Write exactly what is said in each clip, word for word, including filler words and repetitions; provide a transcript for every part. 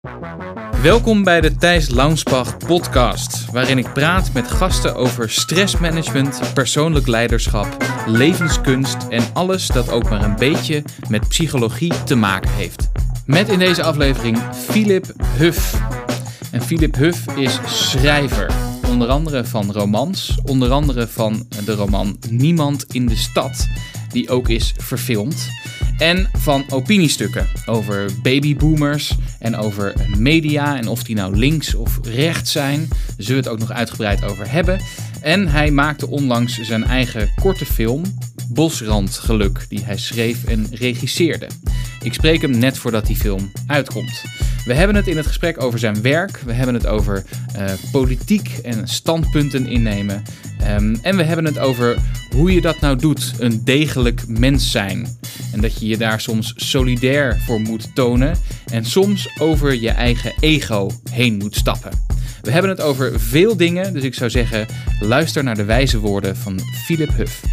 Welkom bij de Thijs Launsbach podcast, waarin ik praat met gasten over stressmanagement, persoonlijk leiderschap, levenskunst en alles dat ook maar een beetje met psychologie te maken heeft. Met in deze aflevering Philip Huff. En Philip Huff is schrijver, onder andere van romans, onder andere van de roman Niemand in de Stad, die ook is verfilmd. En van opiniestukken over babyboomers en over media en of die nou links of rechts zijn. Daar zullen we het ook nog uitgebreid over hebben. En hij maakte onlangs zijn eigen korte film Bosrandgeluk, die hij schreef en regisseerde. Ik spreek hem net voordat die film uitkomt. We hebben het in het gesprek over zijn werk. We hebben het over uh, politiek en standpunten innemen. Um, en we hebben het over hoe je dat nou doet, een degelijk mens zijn. En dat je je daar soms solidair voor moet tonen. En soms over je eigen ego heen moet stappen. We hebben het over veel dingen, dus ik zou zeggen, luister naar de wijze woorden van Philip Huff.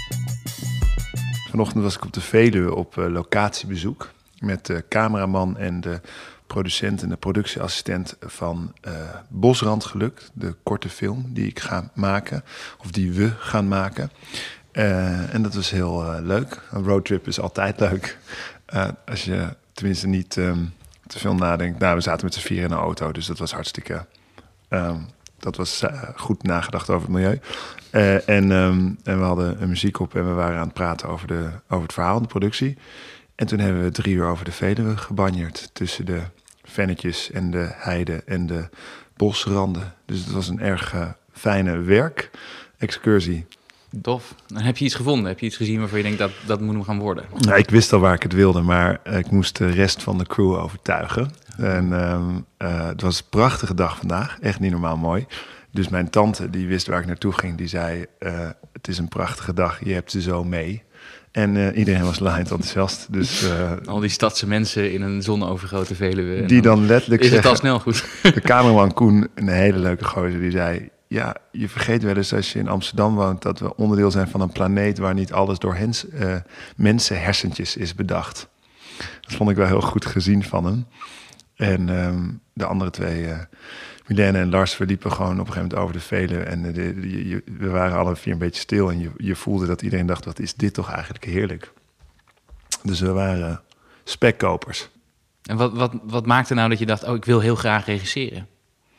Vanochtend was ik op de Veluwe op uh, locatiebezoek met de cameraman en de producent en de productieassistent van uh, Bosrandgeluk, de korte film die ik ga maken, of die we gaan maken. Uh, en dat was heel uh, leuk. Een roadtrip is altijd leuk. Uh, als je tenminste niet um, te veel nadenkt. Nou, we zaten met z'n vier in een auto, dus dat was hartstikke... Um, dat was uh, goed nagedacht over het milieu. Uh, en, um, en we hadden een muziek op en we waren aan het praten over, de, over het verhaal, de productie. En toen hebben we drie uur over de Veluwe gebanjerd tussen de vennetjes en de heide en de bosranden. Dus het was een erg uh, fijne werkexcursie. Tof. Dan heb je iets gevonden? Heb je iets gezien waarvan je denkt dat dat moet hem gaan worden? Nou, ik wist al waar ik het wilde, maar uh, ik moest de rest van de crew overtuigen. En um, uh, het was een prachtige dag vandaag, echt niet normaal mooi. Dus mijn tante, die wist waar ik naartoe ging, die zei... Uh, het is een prachtige dag, je hebt ze zo mee. En uh, iedereen was laaiend enthousiast. Dus, uh, al die stadse mensen in een zonovergoten Veluwe. Die dan, dan letterlijk is zeggen, het al snel goed. De cameraman Koen, een hele leuke gozer, die zei... Ja, je vergeet wel eens als je in Amsterdam woont... dat we onderdeel zijn van een planeet... waar niet alles door hens, uh, mensenhersentjes is bedacht. Dat vond ik wel heel goed gezien van hem. En um, de andere twee... Uh, Milène en Lars verliepen gewoon op een gegeven moment over de Veluwe. En de, de, de, je, we waren alle vier een beetje stil. En je, je voelde dat iedereen dacht, wat is dit toch eigenlijk heerlijk. Dus we waren spekkopers. En wat, wat, wat maakte nou dat je dacht, oh, ik wil heel graag regisseren?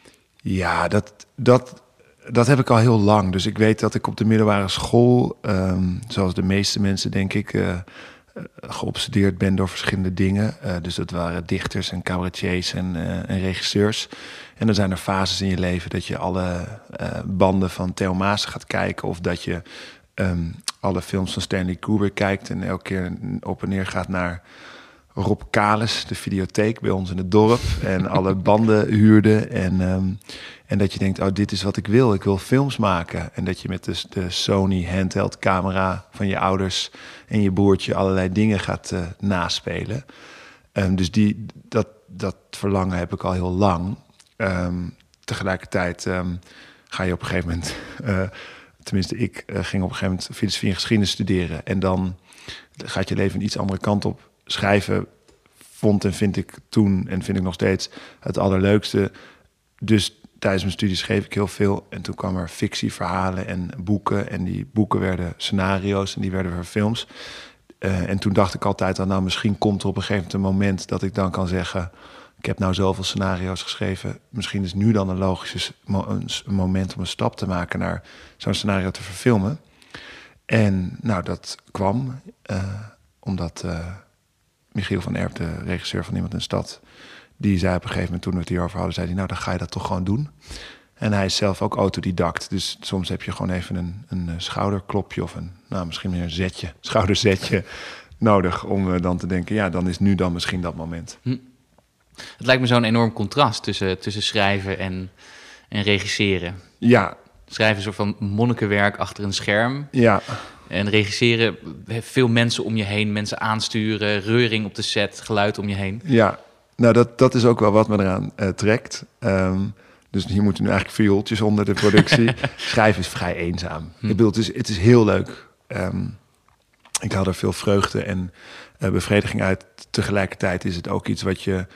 Ja, dat, dat, dat heb ik al heel lang. Dus ik weet dat ik op de middelbare school, um, zoals de meeste mensen denk ik... Uh, geobsedeerd ben door verschillende dingen. Uh, dus dat waren dichters en cabaretiers en, uh, en regisseurs. En dan zijn er fases in je leven dat je alle uh, banden van Theo Maassen gaat kijken... of dat je um, alle films van Stanley Kubrick kijkt... en elke keer op en neer gaat naar Rob Kalis, de videotheek bij ons in het dorp... en alle banden huurde. En, um, en dat je denkt, oh, dit is wat ik wil. Ik wil films maken. En dat je met de, de Sony handheld camera van je ouders... en je broertje allerlei dingen gaat uh, naspelen. Um, dus die, dat, dat verlangen heb ik al heel lang. Um, tegelijkertijd um, ga je op een gegeven moment... Uh, tenminste, ik uh, ging op een gegeven moment filosofie en geschiedenis studeren. En dan gaat je leven een iets andere kant op. Schrijven vond en vind ik toen en vind ik nog steeds het allerleukste. Dus tijdens mijn studie schreef ik heel veel. En toen kwam er fictieverhalen en boeken. En die boeken werden scenario's en die werden weer films. Uh, en toen dacht ik altijd al, nou misschien komt er op een gegeven moment een moment... dat ik dan kan zeggen, ik heb nou zoveel scenario's geschreven. Misschien is nu dan een logisch een moment om een stap te maken... naar zo'n scenario te verfilmen. En nou, dat kwam uh, omdat... Uh, Michiel van Erp, de regisseur van Niemand in de Stad... die zei op een gegeven moment, toen we het hierover hadden... zei hij, nou, dan ga je dat toch gewoon doen. En hij is zelf ook autodidact. Dus soms heb je gewoon even een, een schouderklopje... of een, nou, misschien meer een zetje, schouderzetje nodig... om uh, dan te denken, ja, dan is nu dan misschien dat moment. Hm. Het lijkt me zo'n enorm contrast tussen, tussen schrijven en, en regisseren. Ja. Schrijven is een soort van monnikenwerk achter een scherm... Ja. En regisseren, veel mensen om je heen, mensen aansturen, reuring op de set, geluid om je heen. Ja, nou dat, dat is ook wel wat me eraan uh, trekt. Um, dus hier moeten nu eigenlijk viooltjes onder de productie. Schrijven is vrij eenzaam. Hm. Ik bedoel, het is, het is heel leuk. Um, ik haal er veel vreugde en uh, bevrediging uit. Tegelijkertijd is het ook iets wat je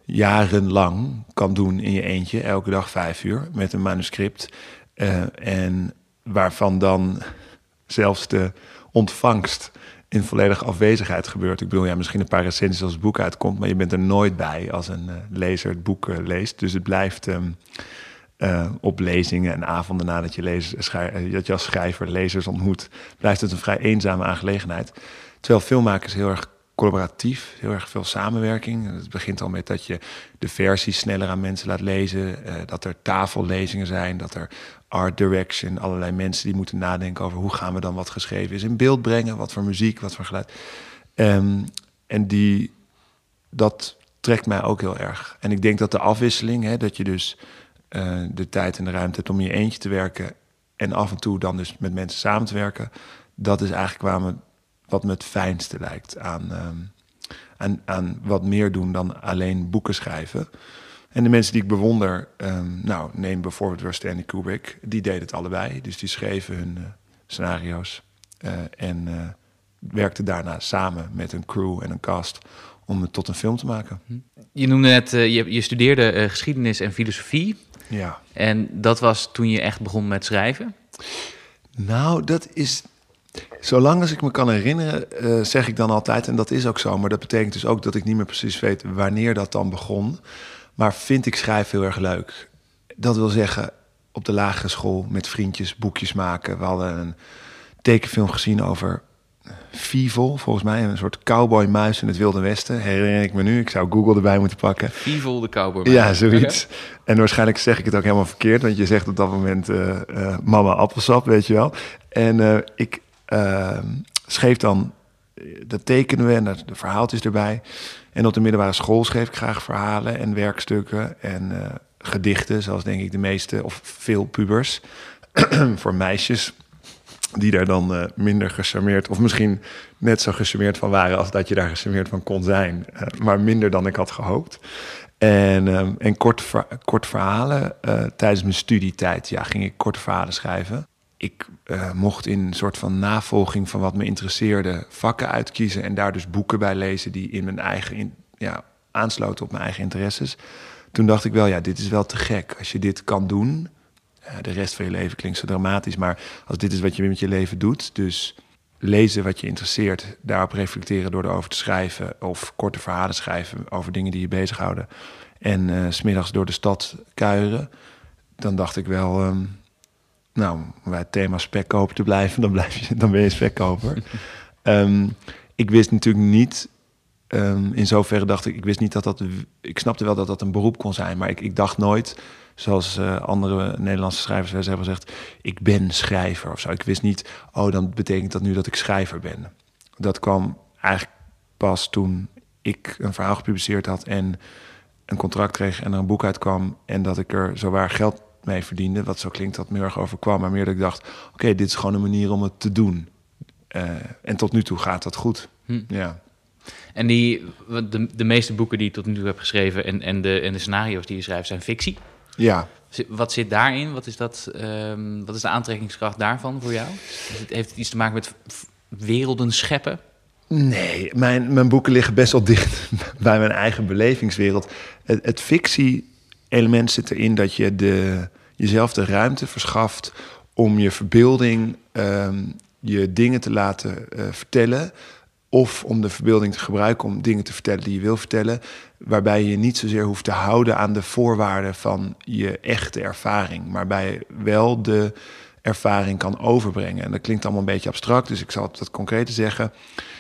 jarenlang kan doen in je eentje, elke dag vijf uur met een manuscript. Uh, en waarvan dan zelfs de ontvangst in volledige afwezigheid gebeurt. Ik bedoel, ja, misschien een paar recensies als het boek uitkomt, maar je bent er nooit bij als een uh, lezer het boek uh, leest. Dus het blijft um, uh, op lezingen en avonden nadat je, lezers, schrijf, dat je als schrijver lezers ontmoet, blijft het een vrij eenzame aangelegenheid. Terwijl filmmakers heel erg collaboratief, heel erg veel samenwerking. Het begint al met dat je de versies sneller aan mensen laat lezen, uh, dat er tafellezingen zijn, dat er art direction, allerlei mensen die moeten nadenken over hoe gaan we dan wat geschreven is in beeld brengen, wat voor muziek, wat voor geluid. Um, en die, dat trekt mij ook heel erg. En ik denk dat de afwisseling, hè, dat je dus uh, de tijd en de ruimte hebt om in je eentje te werken en af en toe dan dus met mensen samen te werken, dat is eigenlijk waar me, wat me het fijnste lijkt aan, um, aan, aan wat meer doen dan alleen boeken schrijven. En de mensen die ik bewonder, um, nou, neem bijvoorbeeld weer Stanley Kubrick, die deden het allebei. Dus die schreven hun uh, scenario's uh, en uh, werkten daarna samen met een crew en een cast om het tot een film te maken. Je noemde net, uh, je, je studeerde uh, geschiedenis en filosofie. Ja. En dat was toen je echt begon met schrijven? Nou, dat is... Zolang als ik me kan herinneren, uh, zeg ik dan altijd, en dat is ook zo, maar dat betekent dus ook dat ik niet meer precies weet wanneer dat dan begon. Maar vind ik schrijven heel erg leuk. Dat wil zeggen, op de lagere school met vriendjes boekjes maken. We hadden een tekenfilm gezien over Fievel, volgens mij. Een soort cowboymuis in het Wilde Westen. Herinner ik me nu. Ik zou Google erbij moeten pakken. Fievel de cowboymuis. Ja, zoiets. Okay. En waarschijnlijk zeg ik het ook helemaal verkeerd. Want je zegt op dat moment uh, uh, mama appelsap, weet je wel. En uh, ik uh, schreef dan... Dat tekenen we en de verhaaltjes erbij. En op de middelbare school schreef ik graag verhalen en werkstukken en uh, gedichten, zoals denk ik de meeste of veel pubers. Voor meisjes die daar dan uh, minder gecharmeerd, of misschien net zo gecharmeerd van waren als dat je daar gecharmeerd van kon zijn. Uh, maar minder dan ik had gehoopt. En, um, en kort, ver, kort verhalen, uh, tijdens mijn studietijd ja, ging ik korte verhalen schrijven. Ik uh, mocht in een soort van navolging van wat me interesseerde vakken uitkiezen en daar dus boeken bij lezen die in mijn eigen in, ja, aansloten op mijn eigen interesses. Toen dacht ik wel, ja, dit is wel te gek. Als je dit kan doen, uh, de rest van je leven klinkt zo dramatisch, maar als dit is wat je met je leven doet, dus lezen wat je interesseert, daarop reflecteren door erover te schrijven of korte verhalen schrijven over dingen die je bezighouden en uh, 's middags door de stad kuieren, dan dacht ik wel... Um, Nou, om bij het thema spekkoper te blijven, dan, blijf je, dan ben je spekkoper. um, ik wist natuurlijk niet, um, in zoverre dacht ik, ik wist niet dat dat, ik snapte wel dat dat een beroep kon zijn, maar ik, ik dacht nooit, zoals uh, andere Nederlandse schrijvers wel eens hebben gezegd, ik ben schrijver of zo. Ik wist niet, oh, dan betekent dat nu dat ik schrijver ben. Dat kwam eigenlijk pas toen ik een verhaal gepubliceerd had en een contract kreeg en er een boek uitkwam en dat ik er zowaar geld mee verdiende, wat zo klinkt dat me heel erg overkwam, maar meer dat ik dacht, oké, okay, dit is gewoon een manier om het te doen. Uh, en tot nu toe gaat dat goed. Hm. Ja. En die, de, de meeste boeken die je tot nu toe hebt geschreven en, en, de, en de scenario's die je schrijft zijn fictie. Ja. Wat zit daarin? Wat is, dat, um, wat is de aantrekkingskracht daarvan voor jou? Het, heeft het iets te maken met werelden scheppen? Nee, mijn, mijn boeken liggen best wel dicht bij mijn eigen belevingswereld. Het, het fictie-element zit erin dat je de, jezelf de ruimte verschaft om je verbeelding, um, je dingen te laten uh, vertellen, of om de verbeelding te gebruiken om dingen te vertellen die je wil vertellen, waarbij je niet zozeer hoeft te houden aan de voorwaarden van je echte ervaring, maar waarbij je wel de ervaring kan overbrengen. En dat klinkt allemaal een beetje abstract, dus ik zal het wat concreter zeggen.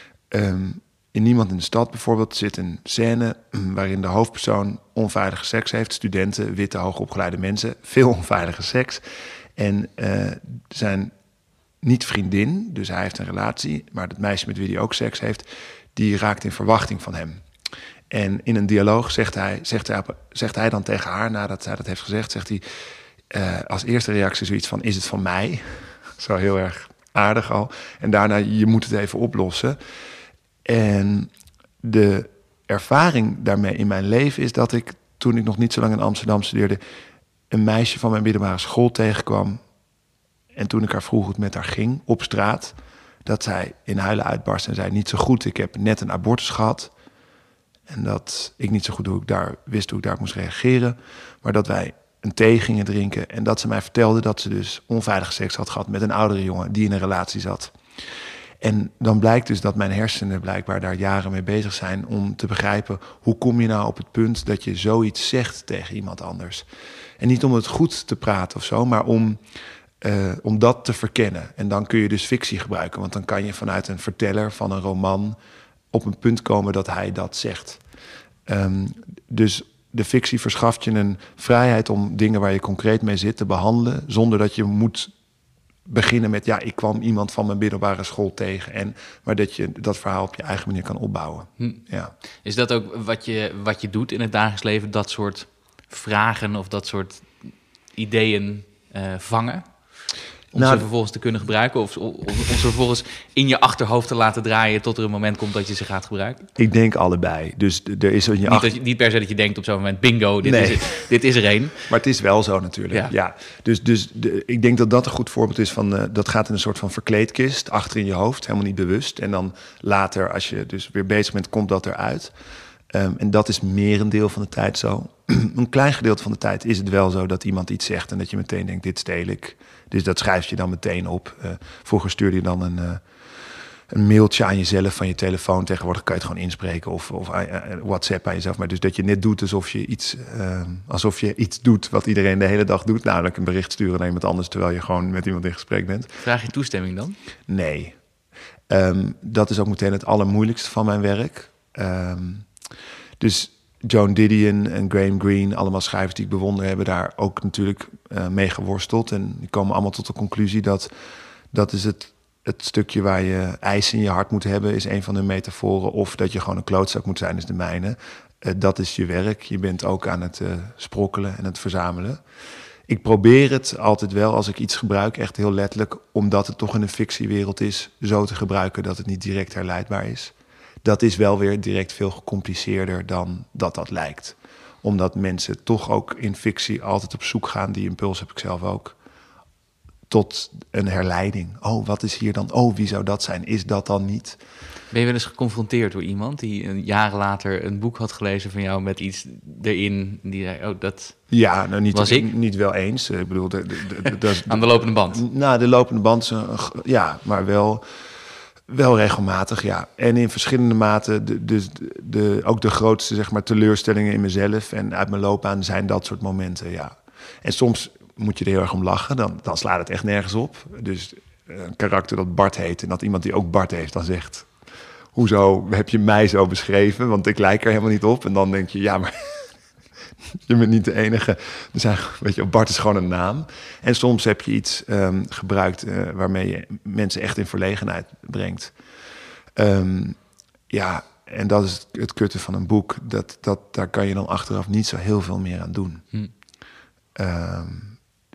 Um, in Niemand in de Stad bijvoorbeeld zit een scène waarin de hoofdpersoon onveilige seks heeft. Studenten, witte, hoogopgeleide mensen, veel onveilige seks. En uh, zijn niet vriendin, dus hij heeft een relatie, maar het meisje met wie hij ook seks heeft, die raakt in verwachting van hem. En in een dialoog zegt hij, zegt hij, zegt hij dan tegen haar, nadat zij dat heeft gezegd, zegt hij uh, als eerste reactie zoiets van, is het van mij? Zo heel erg aardig al. En daarna, je moet het even oplossen. En de ervaring daarmee in mijn leven is dat ik, toen ik nog niet zo lang in Amsterdam studeerde, een meisje van mijn middelbare school tegenkwam. En toen ik haar vroeg hoe het met haar ging op straat, dat zij in huilen uitbarstte en zei, niet zo goed, ik heb net een abortus gehad. En dat ik niet zo goed hoe ik daar, wist hoe ik daarop moest reageren. Maar dat wij een thee gingen drinken. En dat ze mij vertelde dat ze dus onveilige seks had gehad met een oudere jongen die in een relatie zat. En dan blijkt dus dat mijn hersenen blijkbaar daar jaren mee bezig zijn om te begrijpen, hoe kom je nou op het punt dat je zoiets zegt tegen iemand anders. En niet om het goed te praten of zo, maar om, uh, om dat te verkennen. En dan kun je dus fictie gebruiken, want dan kan je vanuit een verteller van een roman op een punt komen dat hij dat zegt. Um, dus de fictie verschaft je een vrijheid om dingen waar je concreet mee zit te behandelen, zonder dat je moet beginnen met, ja, ik kwam iemand van mijn middelbare school tegen. En, maar dat je dat verhaal op je eigen manier kan opbouwen. Hm. Ja. Is dat ook wat je, wat je doet in het dagelijks leven? Dat soort vragen of dat soort ideeën uh, vangen? Om nou, ze vervolgens te kunnen gebruiken? Of om, om ze vervolgens in je achterhoofd te laten draaien tot er een moment komt dat je ze gaat gebruiken? Ik denk allebei. Dus er is in je niet, achter... je, niet per se dat je denkt op zo'n moment, bingo, dit, nee. is, het, dit is er één. Maar het is wel zo natuurlijk. Ja. Ja. Dus, dus de, ik denk dat dat een goed voorbeeld is van, uh, dat gaat in een soort van verkleedkist achter in je hoofd, helemaal niet bewust. En dan later, als je dus weer bezig bent, komt dat eruit. Um, en dat is merendeel van de tijd zo. Een klein gedeelte van de tijd is het wel zo dat iemand iets zegt en dat je meteen denkt, dit steel ik. Dus dat schrijf je dan meteen op. Uh, vroeger stuurde je dan een, uh, een mailtje aan jezelf van je telefoon. Tegenwoordig kan je het gewoon inspreken of, of uh, WhatsApp aan jezelf. Maar dus dat je net doet alsof je iets, uh, alsof je iets doet wat iedereen de hele dag doet. Namelijk een bericht sturen naar iemand anders terwijl je gewoon met iemand in gesprek bent. Vraag je toestemming dan? Nee. Um, dat is ook meteen het allermoeilijkste van mijn werk. Um, dus Joan Didion en Graham Greene, allemaal schrijvers die ik bewonder, hebben daar ook natuurlijk uh, mee geworsteld. En die komen allemaal tot de conclusie dat dat is het, het stukje waar je ijs in je hart moet hebben, is een van hun metaforen. Of dat je gewoon een klootzak moet zijn, is de mijne. Uh, dat is je werk. Je bent ook aan het uh, sprokkelen en het verzamelen. Ik probeer het altijd wel, als ik iets gebruik, echt heel letterlijk, omdat het toch in een fictiewereld is, zo te gebruiken dat het niet direct herleidbaar is. Dat is wel weer direct veel gecompliceerder dan dat dat lijkt. Omdat mensen toch ook in fictie altijd op zoek gaan, die impuls heb ik zelf ook, tot een herleiding. Oh, wat is hier dan? Oh, wie zou dat zijn? Is dat dan niet? Ben je wel eens geconfronteerd door iemand die jaren later een boek had gelezen van jou met iets erin, die zei, oh, dat ja, nou niet, was ik? Niet wel eens. Ik bedoel, de, de, de, de, aan de lopende band? Nou, de lopende band, ja, maar wel... Wel regelmatig, ja. En in verschillende maten. De, de, de, ook de grootste, zeg maar, teleurstellingen in mezelf en uit mijn loopbaan zijn dat soort momenten, ja. En soms moet je er heel erg om lachen, dan, dan slaat het echt nergens op. Dus een karakter dat Bart heet en dat iemand die ook Bart heeft dan zegt, hoezo heb je mij zo beschreven? Want ik lijk er helemaal niet op. En dan denk je, ja, maar je bent niet de enige. Er zijn, weet je, Bart is gewoon een naam. En soms heb je iets um, gebruikt uh, waarmee je mensen echt in verlegenheid brengt. Um, ja, en dat is het kutte van een boek. Dat, dat, daar kan je dan achteraf niet zo heel veel meer aan doen. Hm. Um,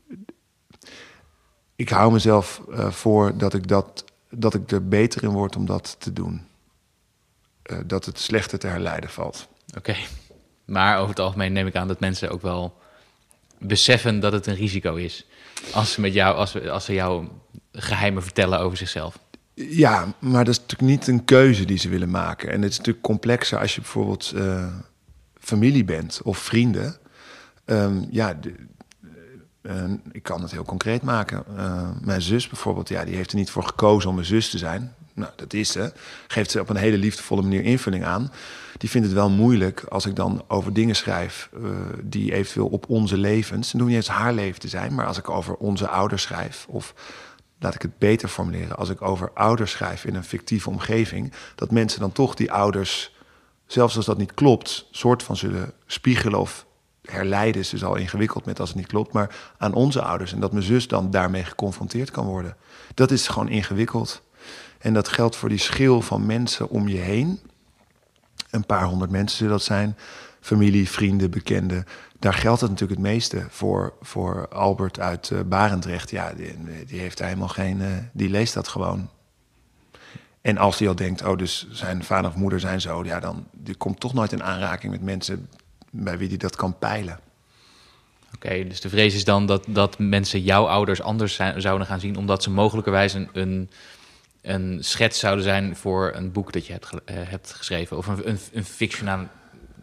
ik hou mezelf uh, voor dat ik, dat, dat ik er beter in word om dat te doen. Uh, dat het slechter te herleiden valt. Oké. Okay. Maar over het algemeen neem ik aan dat mensen ook wel beseffen dat het een risico is. Als ze, met jou, als, als ze jou geheimen vertellen over zichzelf. Ja, maar dat is natuurlijk niet een keuze die ze willen maken. En het is natuurlijk complexer als je bijvoorbeeld uh, familie bent of vrienden. Um, ja, de, uh, ik kan het heel concreet maken. Uh, mijn zus bijvoorbeeld, ja, die heeft er niet voor gekozen om mijn zus te zijn. Nou, dat is ze. Geeft ze op een hele liefdevolle manier invulling aan. Die vindt het wel moeilijk als ik dan over dingen schrijf uh, die eventueel op onze levens, en doen niet eens haar leven te zijn, maar als ik over onze ouders schrijf, of laat ik het beter formuleren, als ik over ouders schrijf in een fictieve omgeving, dat mensen dan toch die ouders, zelfs als dat niet klopt, soort van zullen spiegelen of herleiden, is dus al ingewikkeld met als het niet klopt, maar aan onze ouders. En dat mijn zus dan daarmee geconfronteerd kan worden. Dat is gewoon ingewikkeld. En dat geldt voor die schil van mensen om je heen. Een paar honderd mensen zullen dat zijn. Familie, vrienden, bekenden. Daar geldt het natuurlijk het meeste voor. Voor Albert uit uh, Barendrecht. Ja, die, die heeft daar helemaal geen... Uh, die leest dat gewoon. En als hij al denkt, oh, dus zijn vader of moeder zijn zo, ja, dan die komt toch nooit in aanraking met mensen bij wie hij dat kan peilen. Oké, okay, dus de vrees is dan dat, dat mensen jouw ouders anders zijn, zouden gaan zien, omdat ze mogelijkerwijs een, een, een schets zouden zijn voor een boek dat je hebt, uh, hebt geschreven, of een, een, een fictionele,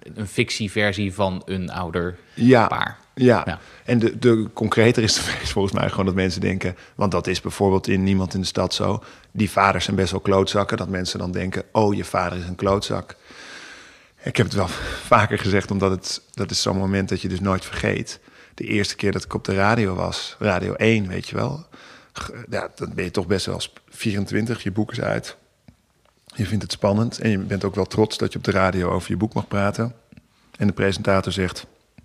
een fictieversie van een ouder ja, paar. Ja, ja. En de, de concreter is volgens mij gewoon dat mensen denken... want dat is bijvoorbeeld in Niemand in de Stad zo... die vaders zijn best wel klootzakken... dat mensen dan denken, oh, je vader is een klootzak. Ik heb het wel vaker gezegd, omdat het dat is zo'n moment dat je dus nooit vergeet. De eerste keer dat ik op de radio was, Radio één, weet je wel... ja, dan ben je toch best wel vierentwintig, je boek is uit... Je vindt het spannend en je bent ook wel trots dat je op de radio over je boek mag praten. En de presentator zegt...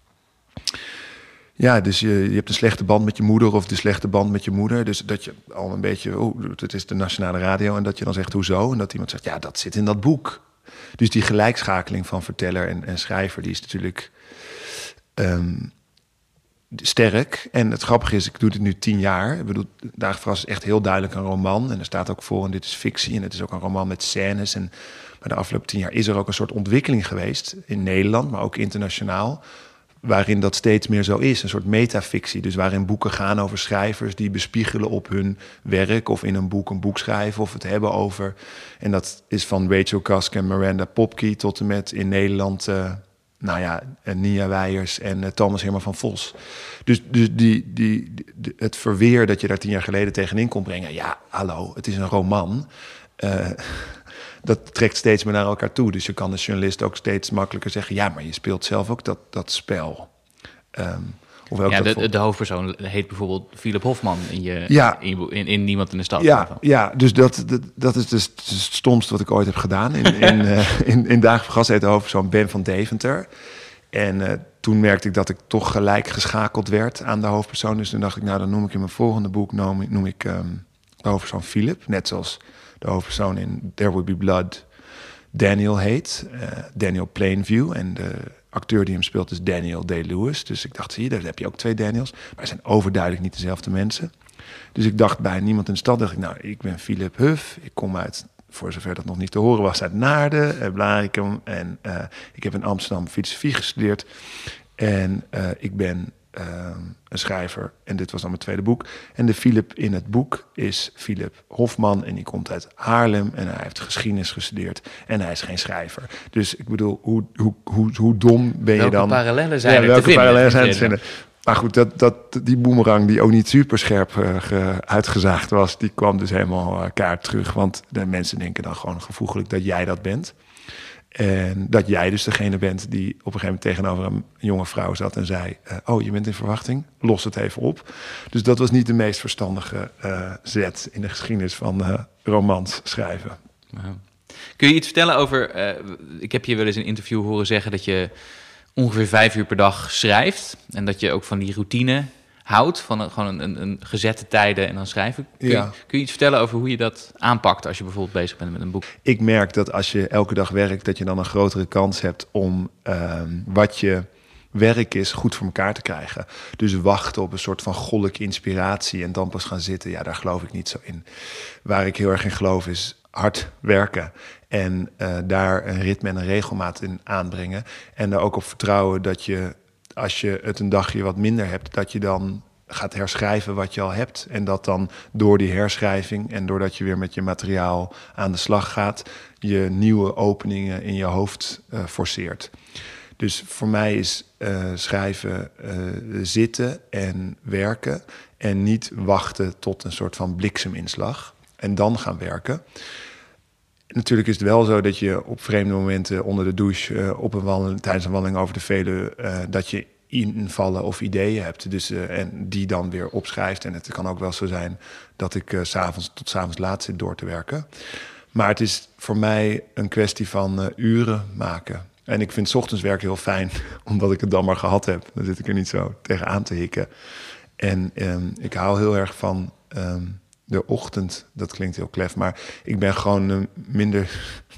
Ja, dus je, je hebt een slechte band met je moeder of de slechte band met je moeder. Dus dat je al een beetje... Oh, het is de nationale radio. En dat je dan zegt, hoezo? En dat iemand zegt, ja, dat zit in dat boek. Dus die gelijkschakeling van verteller en, en schrijver... die is natuurlijk um, sterk. En het grappige is, ik doe dit nu tien jaar. Ik bedoel, Dagen Verrast is echt heel duidelijk een roman. En er staat ook voor, en dit is fictie. En het is ook een roman met scènes. En maar de afgelopen tien jaar is er ook een soort ontwikkeling geweest... in Nederland, maar ook internationaal... waarin dat steeds meer zo is, een soort metafictie. Dus waarin boeken gaan over schrijvers... die bespiegelen op hun werk of in een boek een boek schrijven... of het hebben over... en dat is van Rachel Cusk en Miranda Popke... tot en met in Nederland... Uh, nou ja, Nia Weijers en uh, Thomas Herman van Vos. Dus, dus die, die, die, het verweer dat je daar tien jaar geleden tegenin kon brengen... ja, hallo, het is een roman... Uh, dat trekt steeds meer naar elkaar toe. Dus je kan als journalist ook steeds makkelijker zeggen... ja, maar je speelt zelf ook dat, dat spel. Um, ja, de, vol... de hoofdpersoon heet bijvoorbeeld Philip Hofman... in, je, ja. in, in, in Niemand in de Stad. Ja, ja dus dat, dat, dat is dus het stomste wat ik ooit heb gedaan. In, in, uh, in, in Dagen Verrast heet de hoofdpersoon Ben van Deventer. En uh, toen merkte ik dat ik toch gelijk geschakeld werd aan de hoofdpersoon. Dus toen dacht ik, nou, dan noem ik in mijn volgende boek... noem, noem ik um, de hoofdpersoon Philip, net zoals... de hoofdpersoon in There Will Be Blood Daniel heet. Uh, Daniel Plainview. En de acteur die hem speelt is Daniel Day-Lewis. Dus ik dacht, zie je, daar heb je ook twee Daniels. Maar ze zijn overduidelijk niet dezelfde mensen. Dus ik dacht bij Niemand in de Stad, dacht ik, nou, ik ben Philip Huff. Ik kom uit, voor zover dat nog niet te horen was, uit Naarden, uh, Blaricum. En uh, ik heb in Amsterdam filosofie gestudeerd. En uh, ik ben... Uh, een schrijver. En dit was dan mijn tweede boek. En de Philip in het boek is Philip Hofman. En die komt uit Haarlem. En hij heeft geschiedenis gestudeerd. En hij is geen schrijver. Dus ik bedoel, hoe, hoe, hoe, hoe dom ben je welke dan? Parallellen zijn ja, er welke te vinden? parallellen zijn er te vinden? Maar goed, dat, dat, die boemerang die ook niet super scherp uh, ge, uitgezaagd was... die kwam dus helemaal uh, kaart terug. Want de mensen denken dan gewoon gevoeglijk dat jij dat bent. En dat jij dus degene bent die op een gegeven moment tegenover een jonge vrouw zat en zei... Uh, oh, je bent in verwachting, los het even op. Dus dat was niet de meest verstandige uh, zet in de geschiedenis van uh, romans schrijven. Wow. Kun je iets vertellen over... Uh, ik heb je wel eens in een interview horen zeggen dat je ongeveer vijf uur per dag schrijft. En dat je ook van die routine houdt, van een, gewoon een, een gezette tijden en dan schrijven. Kun, ja. je, kun je iets vertellen over hoe je dat aanpakt als je bijvoorbeeld bezig bent met een boek? Ik merk dat als je elke dag werkt, dat je dan een grotere kans hebt om uh, wat je werk is goed voor elkaar te krijgen. Dus wachten op een soort van goddelijke inspiratie en dan pas gaan zitten, ja, daar geloof ik niet zo in. Waar ik heel erg in geloof is hard werken en uh, daar een ritme en een regelmaat in aanbrengen. En er ook op vertrouwen dat je, als je het een dagje wat minder hebt, dat je dan gaat herschrijven wat je al hebt. En dat dan door die herschrijving en doordat je weer met je materiaal aan de slag gaat, je nieuwe openingen in je hoofd uh, forceert. Dus voor mij is uh, schrijven uh, zitten en werken en niet wachten tot een soort van blikseminslag en dan gaan werken. Natuurlijk is het wel zo dat je op vreemde momenten onder de douche, uh, op een wandeling, tijdens een wandeling over de Veluwe, uh, dat je invallen of ideeën hebt. Dus, uh, en die dan weer opschrijft. En het kan ook wel zo zijn dat ik uh, 's avonds tot 's avonds laat zit door te werken. Maar het is voor mij een kwestie van uh, uren maken. En ik vind 's ochtends werk heel fijn, omdat ik het dan maar gehad heb. Dan zit ik er niet zo tegenaan te hikken. En um, ik hou heel erg van um, de ochtend. Dat klinkt heel klef, maar ik ben gewoon uh, minder,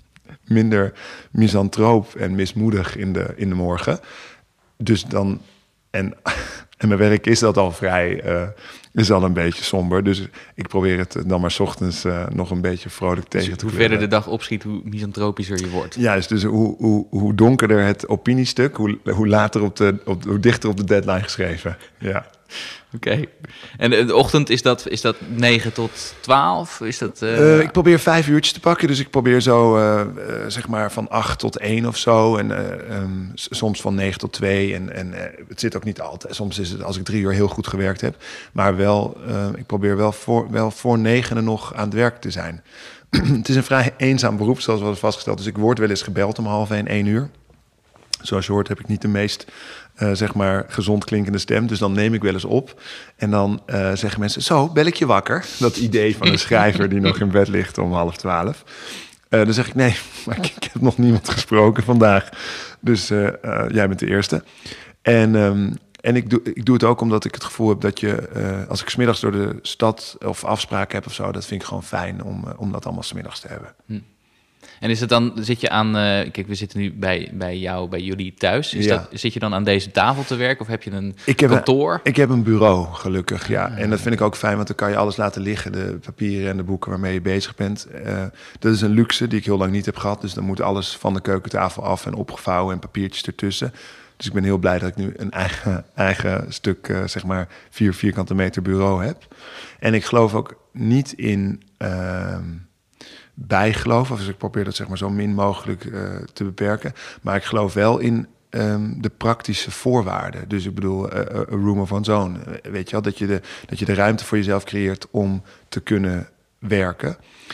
minder misantroop en mismoedig in de, in de morgen. Dus dan, en, en mijn werk is dat al vrij, uh, is al een beetje somber. Dus ik probeer het dan maar 's ochtends uh, nog een beetje vrolijk tegen dus te hoe kleuren. verder de dag opschiet, hoe misantropischer je wordt. Juist, dus hoe, hoe, hoe donkerder het opiniestuk, hoe, hoe later op de, op, hoe dichter op de deadline geschreven. Ja. Oké. Okay. En de ochtend, is dat, is dat negen tot twaalf? Is dat, uh... Uh, ik probeer vijf uurtjes te pakken. Dus ik probeer zo uh, uh, zeg maar van acht tot één of zo. En uh, um, soms van negen tot twee. En, en uh, het zit ook niet altijd. Soms is het als ik drie uur heel goed gewerkt heb. Maar wel, uh, ik probeer wel voor, wel voor negenen nog aan het werk te zijn. Het is een vrij eenzaam beroep, zoals we hadden vastgesteld. Dus ik word wel eens gebeld om half één, één uur. Zoals je hoort heb ik niet de meest uh, zeg maar gezond klinkende stem. Dus dan neem ik wel eens op. En dan uh, zeggen mensen, zo, bel ik je wakker? Dat idee van een schrijver die nog in bed ligt om half twaalf. Uh, dan zeg ik, nee, maar ik, ik heb nog niemand gesproken vandaag. Dus uh, uh, jij bent de eerste. En, um, en ik, doe, ik doe het ook omdat ik het gevoel heb dat je... Uh, als ik 's middags door de stad of afspraken heb of zo... dat vind ik gewoon fijn om, uh, om dat allemaal 's middags te hebben. Hm. En is het dan, zit je aan, uh, kijk, we zitten nu bij, bij jou, bij jullie thuis. Is ja. dat, zit je dan aan deze tafel te werken of heb je een ik heb kantoor? Een, ik heb een bureau, gelukkig, ja. En dat vind ik ook fijn, want dan kan je alles laten liggen. De papieren en de boeken waarmee je bezig bent. Uh, dat is een luxe die ik heel lang niet heb gehad. Dus dan moet alles van de keukentafel af en opgevouwen en papiertjes ertussen. Dus ik ben heel blij dat ik nu een eigen, eigen stuk, uh, zeg maar, vier vierkante meter bureau heb. En ik geloof ook niet in... Uh, bijgeloof, of dus ik probeer dat zeg maar zo min mogelijk uh, te beperken. Maar ik geloof wel in um, de praktische voorwaarden. Dus ik bedoel, uh, a room of one's own. Weet je wel, dat je, de, dat je de ruimte voor jezelf creëert om te kunnen werken.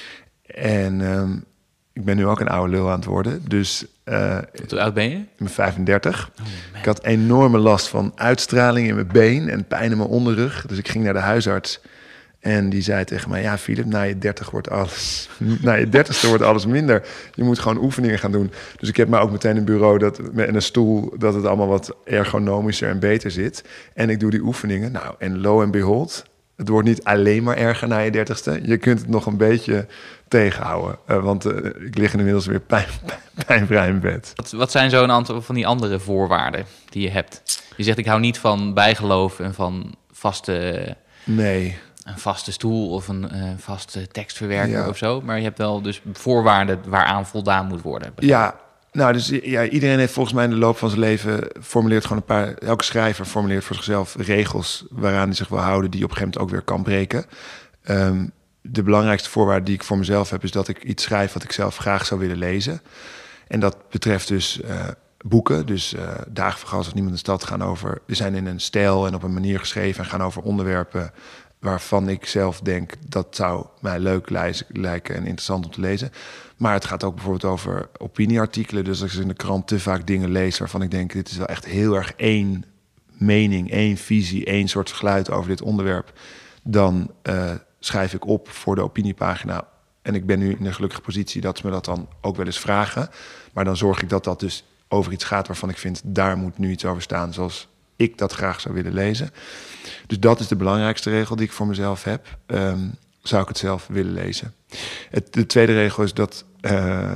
En um, ik ben nu ook een oude lul aan het worden. Dus, uh, hoe oud ben je? Ik ben vijfendertig. Oh, ik had enorme last van uitstraling in mijn been en pijn in mijn onderrug. Dus ik ging naar de huisarts. En die zei tegen mij, ja, Philip, na je dertig wordt alles... na je dertigste wordt alles minder. Je moet gewoon oefeningen gaan doen. Dus ik heb maar ook meteen een bureau dat, en een stoel... dat het allemaal wat ergonomischer en beter zit. En ik doe die oefeningen. Nou, en lo and behold, het wordt niet alleen maar erger na je dertigste. Je kunt het nog een beetje tegenhouden. Uh, want uh, ik lig inmiddels weer pijn, pijn, pijnvrij in bed. Wat, wat zijn zo'n aantal van die andere voorwaarden die je hebt? Je zegt, ik hou niet van bijgeloof en van vaste... Nee... een vaste stoel of een uh, vaste tekstverwerker ja. of zo. Maar je hebt wel dus voorwaarden waaraan voldaan moet worden. Ja, nou, dus ja, iedereen heeft volgens mij in de loop van zijn leven... formuleert gewoon een paar... elke schrijver formuleert voor zichzelf regels... waaraan hij zich wil houden, die op een gegeven moment ook weer kan breken. Um, de belangrijkste voorwaarde die ik voor mezelf heb... is dat ik iets schrijf wat ik zelf graag zou willen lezen. En dat betreft dus... Uh, boeken, dus uh, Dagen van Gas of Niemand in de Stad gaan over... die zijn in een stijl en op een manier geschreven... en gaan over onderwerpen... waarvan ik zelf denk, dat zou mij leuk lijken en interessant om te lezen. Maar het gaat ook bijvoorbeeld over opinieartikelen. Dus als ik in de krant te vaak dingen lees waarvan ik denk... dit is wel echt heel erg één mening, één visie, één soort geluid over dit onderwerp... dan uh, schrijf ik op voor de opiniepagina. En ik ben nu in de gelukkige positie dat ze me dat dan ook wel eens vragen. Maar dan zorg ik dat dat dus over iets gaat waarvan ik vind... daar moet nu iets over staan, zoals ik dat graag zou willen lezen. Dus dat is de belangrijkste regel die ik voor mezelf heb. Um, zou ik het zelf willen lezen. Het, de tweede regel is dat... Uh,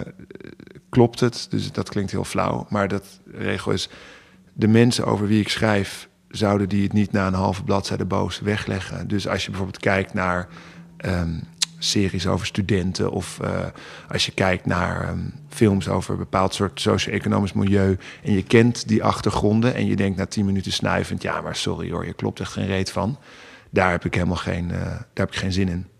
klopt het, dus dat klinkt heel flauw. Maar dat regel is... de mensen over wie ik schrijf... zouden die het niet na een halve bladzijde boos wegleggen. Dus als je bijvoorbeeld kijkt naar... Um, series over studenten... of uh, als je kijkt naar um, films over een bepaald soort socio-economisch milieu... en je kent die achtergronden en je denkt na tien minuten snuivend... ja, maar sorry hoor, je klopt echt geen reet van. Daar heb ik helemaal geen, uh, daar heb ik geen zin in.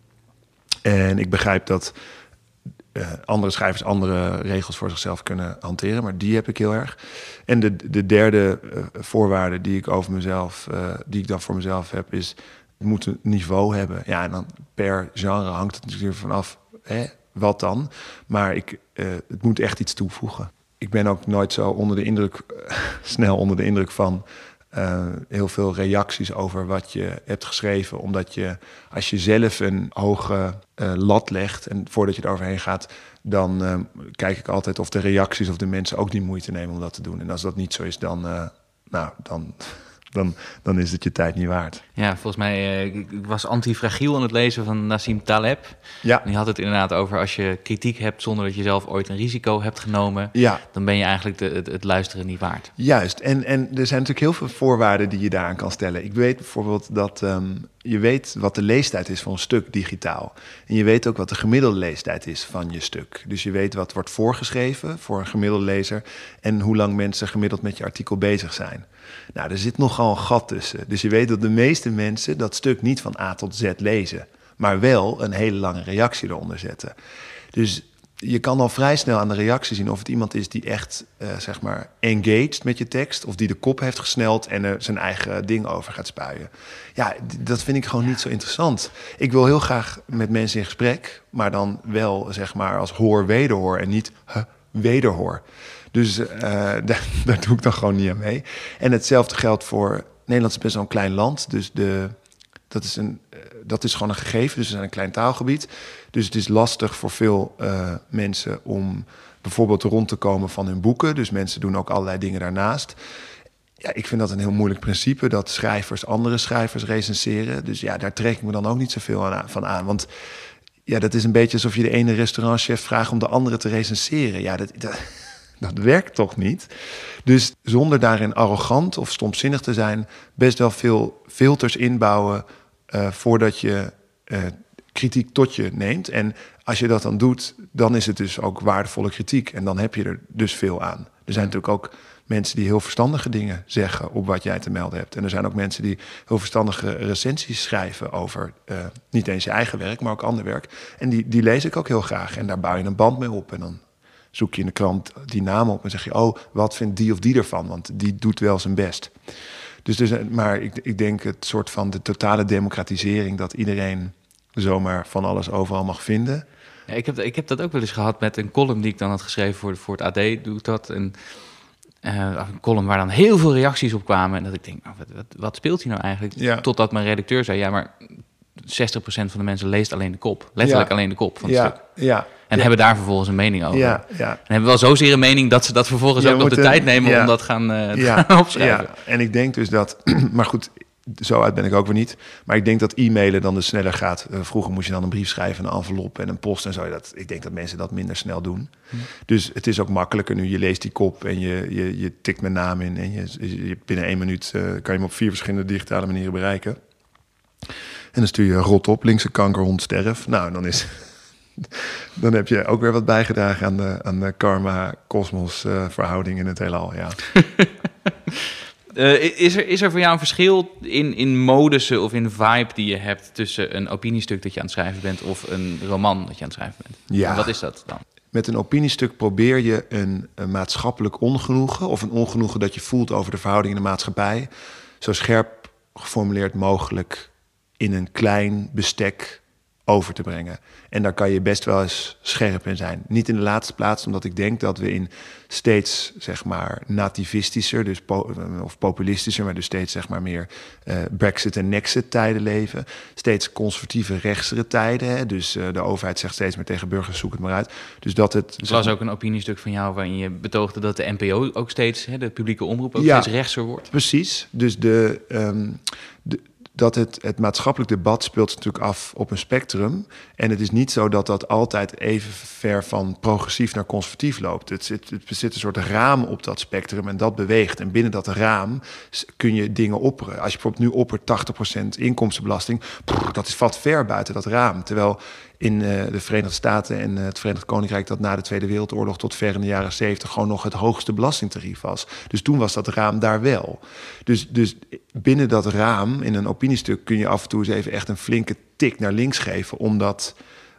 En ik begrijp dat uh, andere schrijvers andere regels voor zichzelf kunnen hanteren... maar die heb ik heel erg. En de, de derde uh, voorwaarde die ik over mezelf, uh, die ik dan voor mezelf heb is... het moet een niveau hebben. Ja, en dan per genre hangt het natuurlijk vanaf, hè, wat dan. Maar ik, uh, het moet echt iets toevoegen. Ik ben ook nooit zo onder de indruk, uh, snel onder de indruk van... Uh, heel veel reacties over wat je hebt geschreven. Omdat je, als je zelf een hoge uh, lat legt... en voordat je er overheen gaat... dan uh, kijk ik altijd of de reacties of de mensen ook die moeite nemen om dat te doen. En als dat niet zo is, dan... Uh, nou, dan Dan, dan is het je tijd niet waard. Ja, volgens mij, uh, ik was antifragiel aan het lezen van Nassim Taleb. Ja. En die had het inderdaad over als je kritiek hebt zonder dat je zelf ooit een risico hebt genomen. Ja. Dan ben je eigenlijk de, het, het luisteren niet waard. Juist. En, en er zijn natuurlijk heel veel voorwaarden die je daaraan kan stellen. Ik weet bijvoorbeeld dat um, je weet wat de leestijd is van een stuk digitaal. En je weet ook wat de gemiddelde leestijd is van je stuk. Dus je weet wat wordt voorgeschreven voor een gemiddelde lezer en hoe lang mensen gemiddeld met je artikel bezig zijn. Nou, er zit nogal een gat tussen. Dus je weet dat de meeste mensen dat stuk niet van A tot Z lezen, maar wel een hele lange reactie eronder zetten. Dus je kan al vrij snel aan de reactie zien of het iemand is die echt, uh, zeg maar, engaged met je tekst, of die de kop heeft gesneld en er zijn eigen ding over gaat spuien. Ja, d- dat vind ik gewoon niet zo interessant. Ik wil heel graag met mensen in gesprek, maar dan wel, zeg maar, als hoor-wederhoor en niet huh, wederhoor. Dus uh, daar, daar doe ik dan gewoon niet aan mee. En hetzelfde geldt voor Nederland is best wel een klein land, dus de Dat is, een, uh, dat is gewoon een gegeven, dus we zijn een klein taalgebied. Dus het is lastig voor veel uh, mensen om bijvoorbeeld rond te komen van hun boeken. Dus mensen doen ook allerlei dingen daarnaast. Ja, ik vind dat een heel moeilijk principe, dat schrijvers andere schrijvers recenseren. Dus ja, daar trek ik me dan ook niet zoveel aan, van aan. Want ja, dat is een beetje alsof je de ene restaurantchef vraagt om de andere te recenseren. Ja, dat, dat, dat werkt toch niet? Dus zonder daarin arrogant of stomzinnig te zijn, best wel veel filters inbouwen Uh, voordat je uh, kritiek tot je neemt. En als je dat dan doet, dan is het dus ook waardevolle kritiek. En dan heb je er dus veel aan. Er zijn natuurlijk ook mensen die heel verstandige dingen zeggen op wat jij te melden hebt. En er zijn ook mensen die heel verstandige recensies schrijven over uh, niet eens je eigen werk, maar ook ander werk. En die, die lees ik ook heel graag. En daar bouw je een band mee op. En dan zoek je in de krant die naam op en zeg je, oh, wat vindt die of die ervan? Want die doet wel zijn best. Dus, dus, maar ik, ik denk het soort van de totale democratisering, dat iedereen zomaar van alles overal mag vinden. Ja, ik, heb, ik heb dat ook wel eens gehad met een column die ik dan had geschreven voor, voor het A D. Doe ik dat. En, uh, een column waar dan heel veel reacties op kwamen. En dat ik denk, oh, wat, wat, wat speelt hier nou eigenlijk? Ja. Totdat mijn redacteur zei, ja, maar zestig procent van de mensen leest alleen de kop. Letterlijk ja. alleen de kop van het ja. stuk. Ja. En ja. hebben daar vervolgens een mening over. Ja, ja. En hebben wel zozeer een mening dat ze dat vervolgens ja, ook nog de een, tijd nemen ja. om dat gaan, uh, ja. gaan opschrijven. Ja. En ik denk dus dat, maar goed, zo uit ben ik ook weer niet. Maar ik denk dat e-mailen dan dus sneller gaat. Uh, vroeger moest je dan een brief schrijven, een envelop en een post en zo. Dat, ik denk dat mensen dat minder snel doen. Hm. Dus het is ook makkelijker nu. Je leest die kop en je, je, je tikt mijn naam in. En je, je, binnen één minuut uh, kan je hem op vier verschillende digitale manieren bereiken. En dan stuur je rot op, linkse kankerhond sterf. Nou, dan is... Dan heb je ook weer wat bijgedragen aan de, aan de karma-kosmos uh, verhouding in het heelal, ja. uh, is, er, is er voor jou een verschil in, in modussen of in vibe die je hebt tussen een opiniestuk dat je aan het schrijven bent of een roman dat je aan het schrijven bent? Ja. En wat is dat dan? Met een opiniestuk probeer je een, een maatschappelijk ongenoegen of een ongenoegen dat je voelt over de verhouding in de maatschappij zo scherp geformuleerd mogelijk in een klein bestek over te brengen. En daar kan je best wel eens scherp in zijn. Niet in de laatste plaats, omdat ik denk dat we in steeds, zeg maar, nativistischer, dus po- of populistischer, maar dus steeds, zeg maar, meer uh, Brexit en Nexit tijden leven. Steeds conservatieve, rechtsere tijden. Hè? Dus uh, de overheid zegt steeds meer tegen burgers, zoek het maar uit. Dus dat het... Er was ook een opiniestuk van jou waarin je betoogde dat de N P O ook steeds, hè, de publieke omroep ook ja, steeds rechtser wordt. Precies. Dus de... Um, de dat het, het maatschappelijk debat speelt natuurlijk af op een spectrum. En het is niet zo dat dat altijd even ver van progressief naar conservatief loopt. Het zit, het zit een soort raam op dat spectrum en dat beweegt. En binnen dat raam kun je dingen opperen. Als je bijvoorbeeld nu oppert tachtig procent inkomstenbelasting, pff, dat is vat ver buiten dat raam. Terwijl in uh, de Verenigde Staten en uh, het Verenigd Koninkrijk, dat na de Tweede Wereldoorlog tot ver in de jaren zeventig gewoon nog het hoogste belastingtarief was. Dus toen was dat raam daar wel. Dus, dus binnen dat raam, in een opiniestuk, kun je af en toe eens even echt een flinke tik naar links geven, omdat,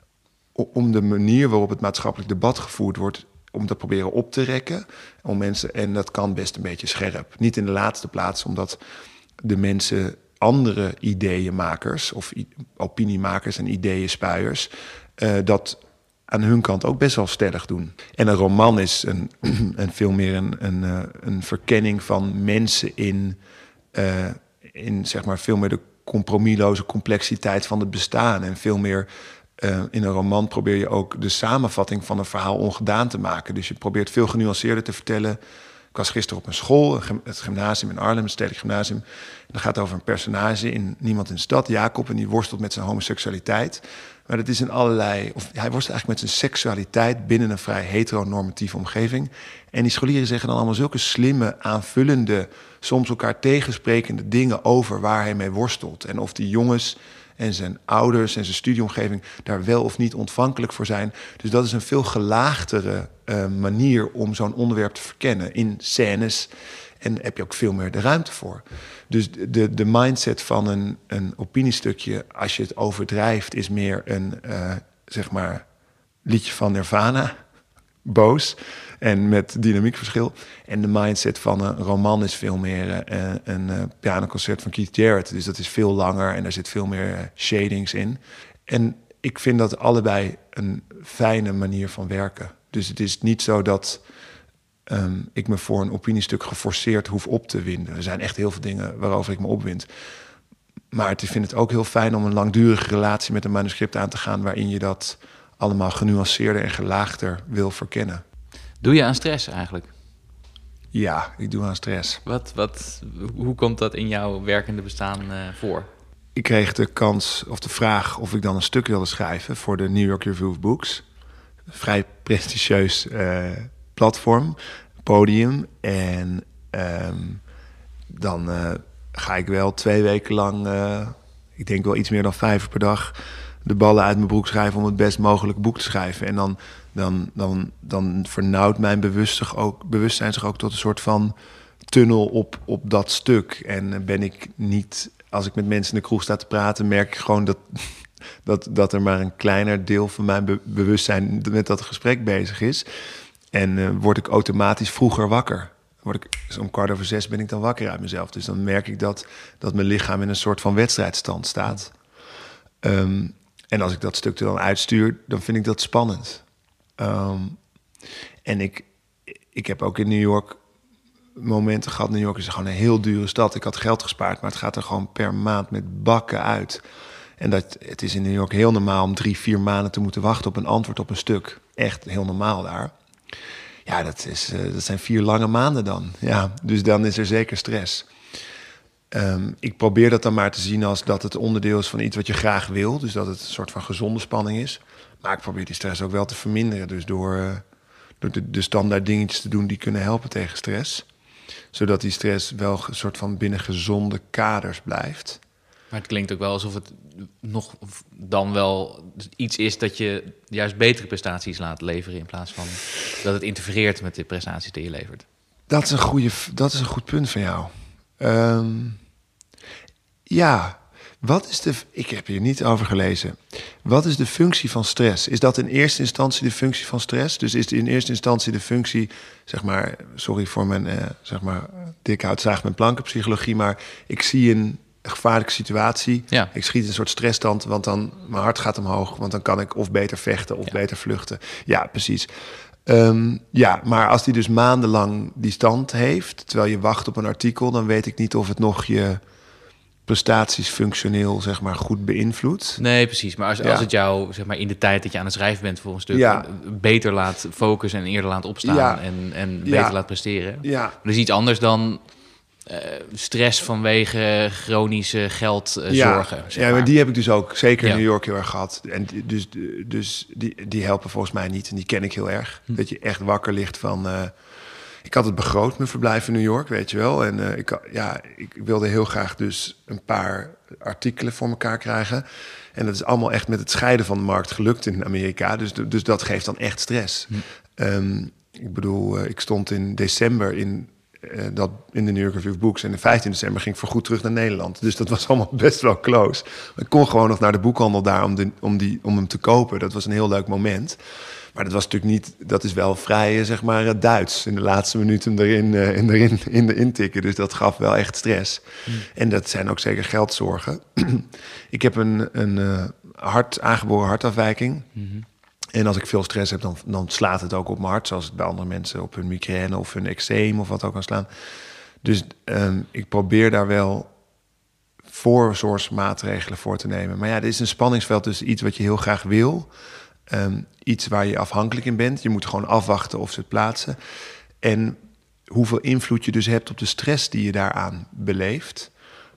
om de manier waarop het maatschappelijk debat gevoerd wordt, om dat proberen op te rekken. Om mensen, en dat kan best een beetje scherp. Niet in de laatste plaats, omdat de mensen, andere ideeënmakers of opiniemakers en ideeënspuiers, uh, dat aan hun kant ook best wel stellig doen. En een roman is een, een veel meer een, een, uh, een verkenning van mensen in, uh, in zeg maar veel meer de compromisloze complexiteit van het bestaan. En veel meer uh, in een roman probeer je ook de samenvatting van een verhaal ongedaan te maken. Dus je probeert veel genuanceerder te vertellen. Ik was gisteren op een school, het gymnasium in Arnhem, het Stedelijk Gymnasium. En dat gaat over een personage in Niemand in de Stad, Jacob, en die worstelt met zijn homoseksualiteit. Maar dat is in allerlei, of hij worstelt eigenlijk met zijn seksualiteit binnen een vrij heteronormatieve omgeving. En die scholieren zeggen dan allemaal zulke slimme, aanvullende, soms elkaar tegensprekende dingen over waar hij mee worstelt. En of die jongens en zijn ouders en zijn studieomgeving daar wel of niet ontvankelijk voor zijn. Dus dat is een veel gelaagdere uh, manier om zo'n onderwerp te verkennen in scènes. En heb je ook veel meer de ruimte voor. Dus de, de mindset van een, een opiniestukje, als je het overdrijft, is meer een, uh, zeg maar, liedje van Nirvana, boos en met dynamiekverschil. En de mindset van een roman is veel meer uh, een uh, pianoconcert van Keith Jarrett. Dus dat is veel langer en daar zit veel meer uh, shadings in. En ik vind dat allebei een fijne manier van werken. Dus het is niet zo dat um, ik me voor een opiniestuk geforceerd hoef op te winden. Er zijn echt heel veel dingen waarover ik me opwind. Maar ik vind het ook heel fijn om een langdurige relatie met een manuscript aan te gaan, waarin je dat allemaal genuanceerder en gelaagder wil verkennen. Doe je aan stress eigenlijk? Ja, ik doe aan stress. Wat, wat, hoe komt dat in jouw werkende bestaan uh, voor? Ik kreeg de kans of de vraag of ik dan een stuk wilde schrijven voor de New York Review of Books. Een vrij prestigieus uh, platform, podium. En um, dan uh, ga ik wel twee weken lang, uh, ik denk wel iets meer dan vijf uur per dag, de ballen uit mijn broek schrijven om het best mogelijke boek te schrijven. En dan, dan, dan, dan vernauwt mijn bewustzijn ook, bewustzijn zich ook tot een soort van tunnel op, op dat stuk. En ben ik niet, als ik met mensen in de kroeg sta te praten, merk ik gewoon dat, dat, dat er maar een kleiner deel van mijn be- bewustzijn met dat gesprek bezig is. En uh, word ik automatisch vroeger wakker. Word ik, dus om kwart over zes ben ik dan wakker uit mezelf. Dus dan merk ik dat, dat mijn lichaam in een soort van wedstrijdstand staat. Um, en als ik dat stuk er dan uitstuur, dan vind ik dat spannend. Um, en ik, ik heb ook in New York momenten gehad. New York is gewoon een heel dure stad. Ik had geld gespaard, maar het gaat er gewoon per maand met bakken uit. En dat, het is in New York heel normaal om drie, vier maanden te moeten wachten op een antwoord op een stuk. Echt heel normaal daar. Ja, dat, is, uh, dat zijn vier lange maanden dan. Ja, dus dan is er zeker stress. Um, ik probeer dat dan maar te zien als dat het onderdeel is van iets wat je graag wil. Dus dat het een soort van gezonde spanning is. Maar ik probeer die stress ook wel te verminderen. Dus door, uh, door de, de standaard dingetjes te doen die kunnen helpen tegen stress. Zodat die stress wel een soort van binnen gezonde kaders blijft. Maar het klinkt ook wel alsof het nog dan wel iets is dat je juist betere prestaties laat leveren in plaats van dat het interfereert met de prestaties die je levert. Dat is een, goede, dat is een goed punt van jou. Um, ja, wat is de... Ik heb hier niet over gelezen. Wat is de functie van stress? Is dat in eerste instantie de functie van stress? Dus is in eerste instantie de functie, zeg maar... Sorry voor mijn, uh, zeg maar, dik houtzaag met plankenpsychologie, maar ik zie een gevaarlijke situatie. Ja. Ik schiet in een soort stressstand, want dan mijn hart gaat omhoog, want dan kan ik of beter vechten of ja. beter vluchten. Ja, precies. Um, ja, maar als die dus maandenlang die stand heeft, terwijl je wacht op een artikel, dan weet ik niet of het nog je prestaties functioneel, zeg maar, goed beïnvloedt. Nee, precies. Maar als, ja. als het jou, zeg maar, in de tijd dat je aan het schrijven bent voor een stuk, ja. beter laat focussen en eerder laat opstaan ja. en, en beter ja. laat presteren. Ja. Dat is iets anders dan uh, stress vanwege chronische geldzorgen. Uh, ja. Zeg ja, maar. maar die heb ik dus ook zeker in ja. New York heel erg gehad. En dus, dus die, die helpen volgens mij niet. En die ken ik heel erg. Hm. Dat je echt wakker ligt van... Uh, ik had het begroot, mijn verblijf in New York, weet je wel. En uh, ik, ja, ik wilde heel graag dus een paar artikelen voor elkaar krijgen. En dat is allemaal echt met het scheiden van de markt gelukt in Amerika. Dus, dus dat geeft dan echt stress. Hm. Um, ik bedoel, uh, ik stond in december in... Uh, dat in de New York Review of Books. En de vijftien december ging ik voorgoed terug naar Nederland. Dus dat was allemaal best wel close. Maar ik kon gewoon nog naar de boekhandel daar om, de, om, die, om hem te kopen. Dat was een heel leuk moment. Maar dat was natuurlijk niet... Dat is wel vrij, zeg maar, Duits. In de laatste minuten erin, uh, in, erin in de intikken. Dus dat gaf wel echt stress. Mm. En dat zijn ook zeker geldzorgen. Ik heb een, een uh, hart, aangeboren hartafwijking. Mm-hmm. En als ik veel stress heb, dan, dan slaat het ook op mijn hart. Zoals het bij andere mensen op hun migraine of hun eczeem of wat ook kan slaan. Dus um, ik probeer daar wel voorzorgsmaatregelen voor te nemen. Maar ja, er is een spanningsveld tussen iets wat je heel graag wil. Um, iets waar je afhankelijk in bent. Je moet gewoon afwachten of ze het plaatsen. En hoeveel invloed je dus hebt op de stress die je daaraan beleeft.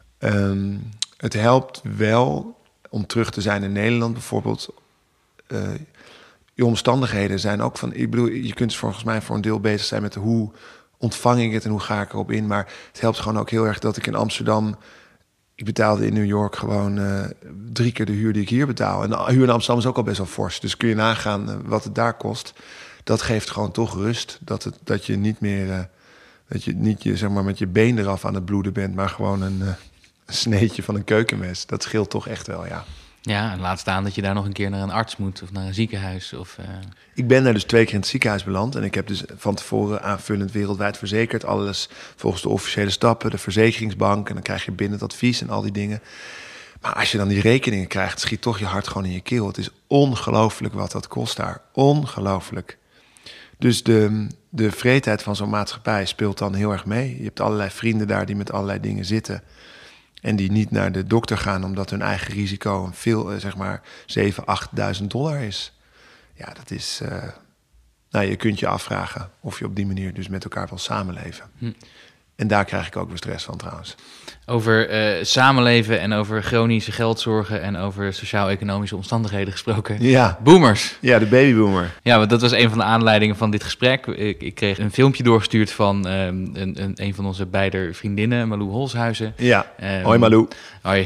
Um, het helpt wel om terug te zijn in Nederland bijvoorbeeld... Uh, je omstandigheden zijn ook van... Ik bedoel, je kunt volgens mij voor een deel bezig zijn met hoe ontvang ik het en hoe ga ik erop in. Maar het helpt gewoon ook heel erg dat ik in Amsterdam... Ik betaalde in New York gewoon uh, drie keer de huur die ik hier betaal. En de huur in Amsterdam is ook al best wel fors. Dus kun je nagaan uh, wat het daar kost. Dat geeft gewoon toch rust. Dat, het, dat je niet meer... Uh, Dat je niet je, zeg maar, met je been eraf aan het bloeden bent, maar gewoon een, uh, een sneetje van een keukenmes. Dat scheelt toch echt wel, ja. Ja, en laat staan dat je daar nog een keer naar een arts moet of naar een ziekenhuis. Of, uh... Ik ben daar dus twee keer in het ziekenhuis beland. En ik heb dus van tevoren aanvullend wereldwijd verzekerd. Alles volgens de officiële stappen, de verzekeringsbank. En dan krijg je binnen het advies en al die dingen. Maar als je dan die rekeningen krijgt, schiet toch je hart gewoon in je keel. Het is ongelooflijk wat dat kost daar. Ongelooflijk. Dus de, de vreedheid van zo'n maatschappij speelt dan heel erg mee. Je hebt allerlei vrienden daar die met allerlei dingen zitten. En die niet naar de dokter gaan omdat hun eigen risico een veel, zeg maar, zeven, achtduizend dollar is. Ja, dat is... Uh, nou, je kunt je afvragen of je op die manier dus met elkaar wil samenleven. Hm. En daar krijg ik ook weer stress van trouwens. Over uh, samenleven en over chronische geldzorgen en over sociaal-economische omstandigheden gesproken. Ja. Boomers. Ja, de babyboomer. Ja, want dat was een van de aanleidingen van dit gesprek. Ik, ik kreeg een filmpje doorgestuurd van um, een, een, een van onze beide vriendinnen, Malou Holshuizen. Ja, um, hoi Malou. Hoi.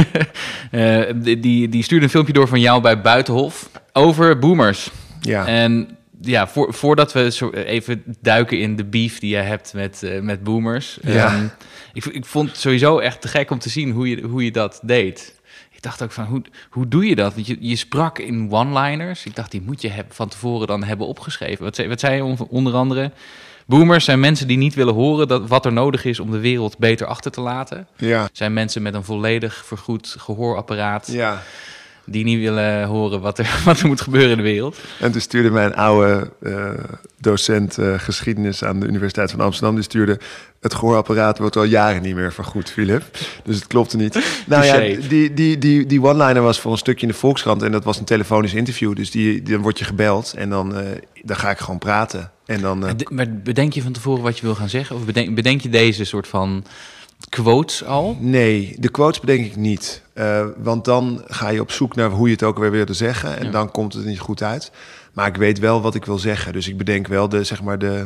uh, die, die stuurde een filmpje door van jou bij Buitenhof over boomers. Ja. En... Ja, voor, voordat we zo even duiken in de beef die jij hebt met, uh, met boomers. Ja. Um, ik, ik vond het sowieso echt te gek om te zien hoe je, hoe je dat deed. Ik dacht ook van, hoe, hoe doe je dat? Want je, je sprak in one-liners. Ik dacht, die moet je hebben, van tevoren dan hebben opgeschreven. Wat zei, wat zei je onder andere? Boomers zijn mensen die niet willen horen dat wat er nodig is om de wereld beter achter te laten. Ja. Zijn mensen met een volledig vergoed gehoorapparaat. Ja. Die niet willen horen wat er, wat er moet gebeuren in de wereld. En toen stuurde mijn oude uh, docent uh, geschiedenis aan de Universiteit van Amsterdam... die stuurde, het gehoorapparaat wordt al jaren niet meer vergoed, Philip. Dus het klopte niet. Nou ja, die, die, die, die one-liner was voor een stukje in de Volkskrant... en dat was een telefonisch interview. Dus die, dan word je gebeld en dan, uh, dan ga ik gewoon praten. En dan, uh... Maar bedenk je van tevoren wat je wil gaan zeggen? Of bedenk, bedenk je deze soort van... quotes al? Nee, de quotes bedenk ik niet. Uh, want dan ga je op zoek naar hoe je het ook weer wilde zeggen. En ja. dan komt het niet goed uit. Maar ik weet wel wat ik wil zeggen. Dus ik bedenk wel de, zeg maar de,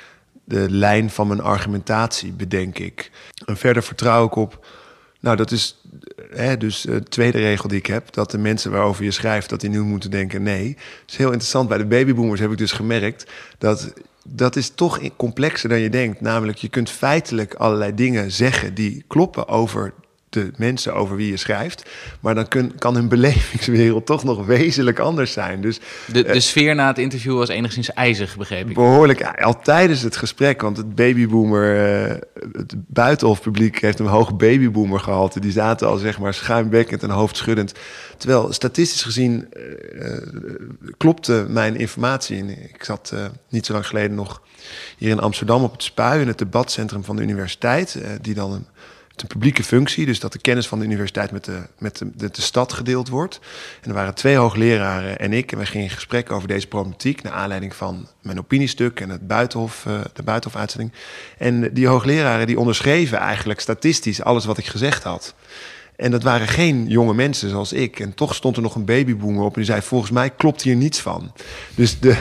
de lijn van mijn argumentatie, bedenk ik. En verder vertrouw ik op... Nou, dat is hè, dus de tweede regel die ik heb. Dat de mensen waarover je schrijft, dat die nu moeten denken nee. Dat is heel interessant. Bij de babyboomers heb ik dus gemerkt dat... Dat is toch complexer dan je denkt. Namelijk, je kunt feitelijk allerlei dingen zeggen die kloppen over de mensen over wie je schrijft. Maar dan kun, kan hun belevingswereld toch nog wezenlijk anders zijn. Dus, de, de uh, sfeer na het interview was enigszins ijzig, begreep ik. Behoorlijk, al tijdens het gesprek. Want het babyboomer, uh, het buitenhofpubliek heeft een hoog babyboomer gehalte. Die zaten al zeg maar schuimbekkend en hoofdschuddend. Terwijl statistisch gezien uh, uh, klopte mijn informatie. En ik zat uh, niet zo lang geleden nog hier in Amsterdam op het Spui, in het debatcentrum van de universiteit. Uh, die dan een een publieke functie, dus dat de kennis van de universiteit met de, met de, de, de stad gedeeld wordt. En er waren twee hoogleraren en ik, en we gingen in gesprek over deze problematiek, naar aanleiding van mijn opiniestuk en het buitenhof, uh, de buitenhofuitzending. En die hoogleraren die onderschreven eigenlijk statistisch alles wat ik gezegd had. En dat waren geen jonge mensen zoals ik. En toch stond er nog een babyboomer op en die zei, volgens mij klopt hier niets van. Dus de...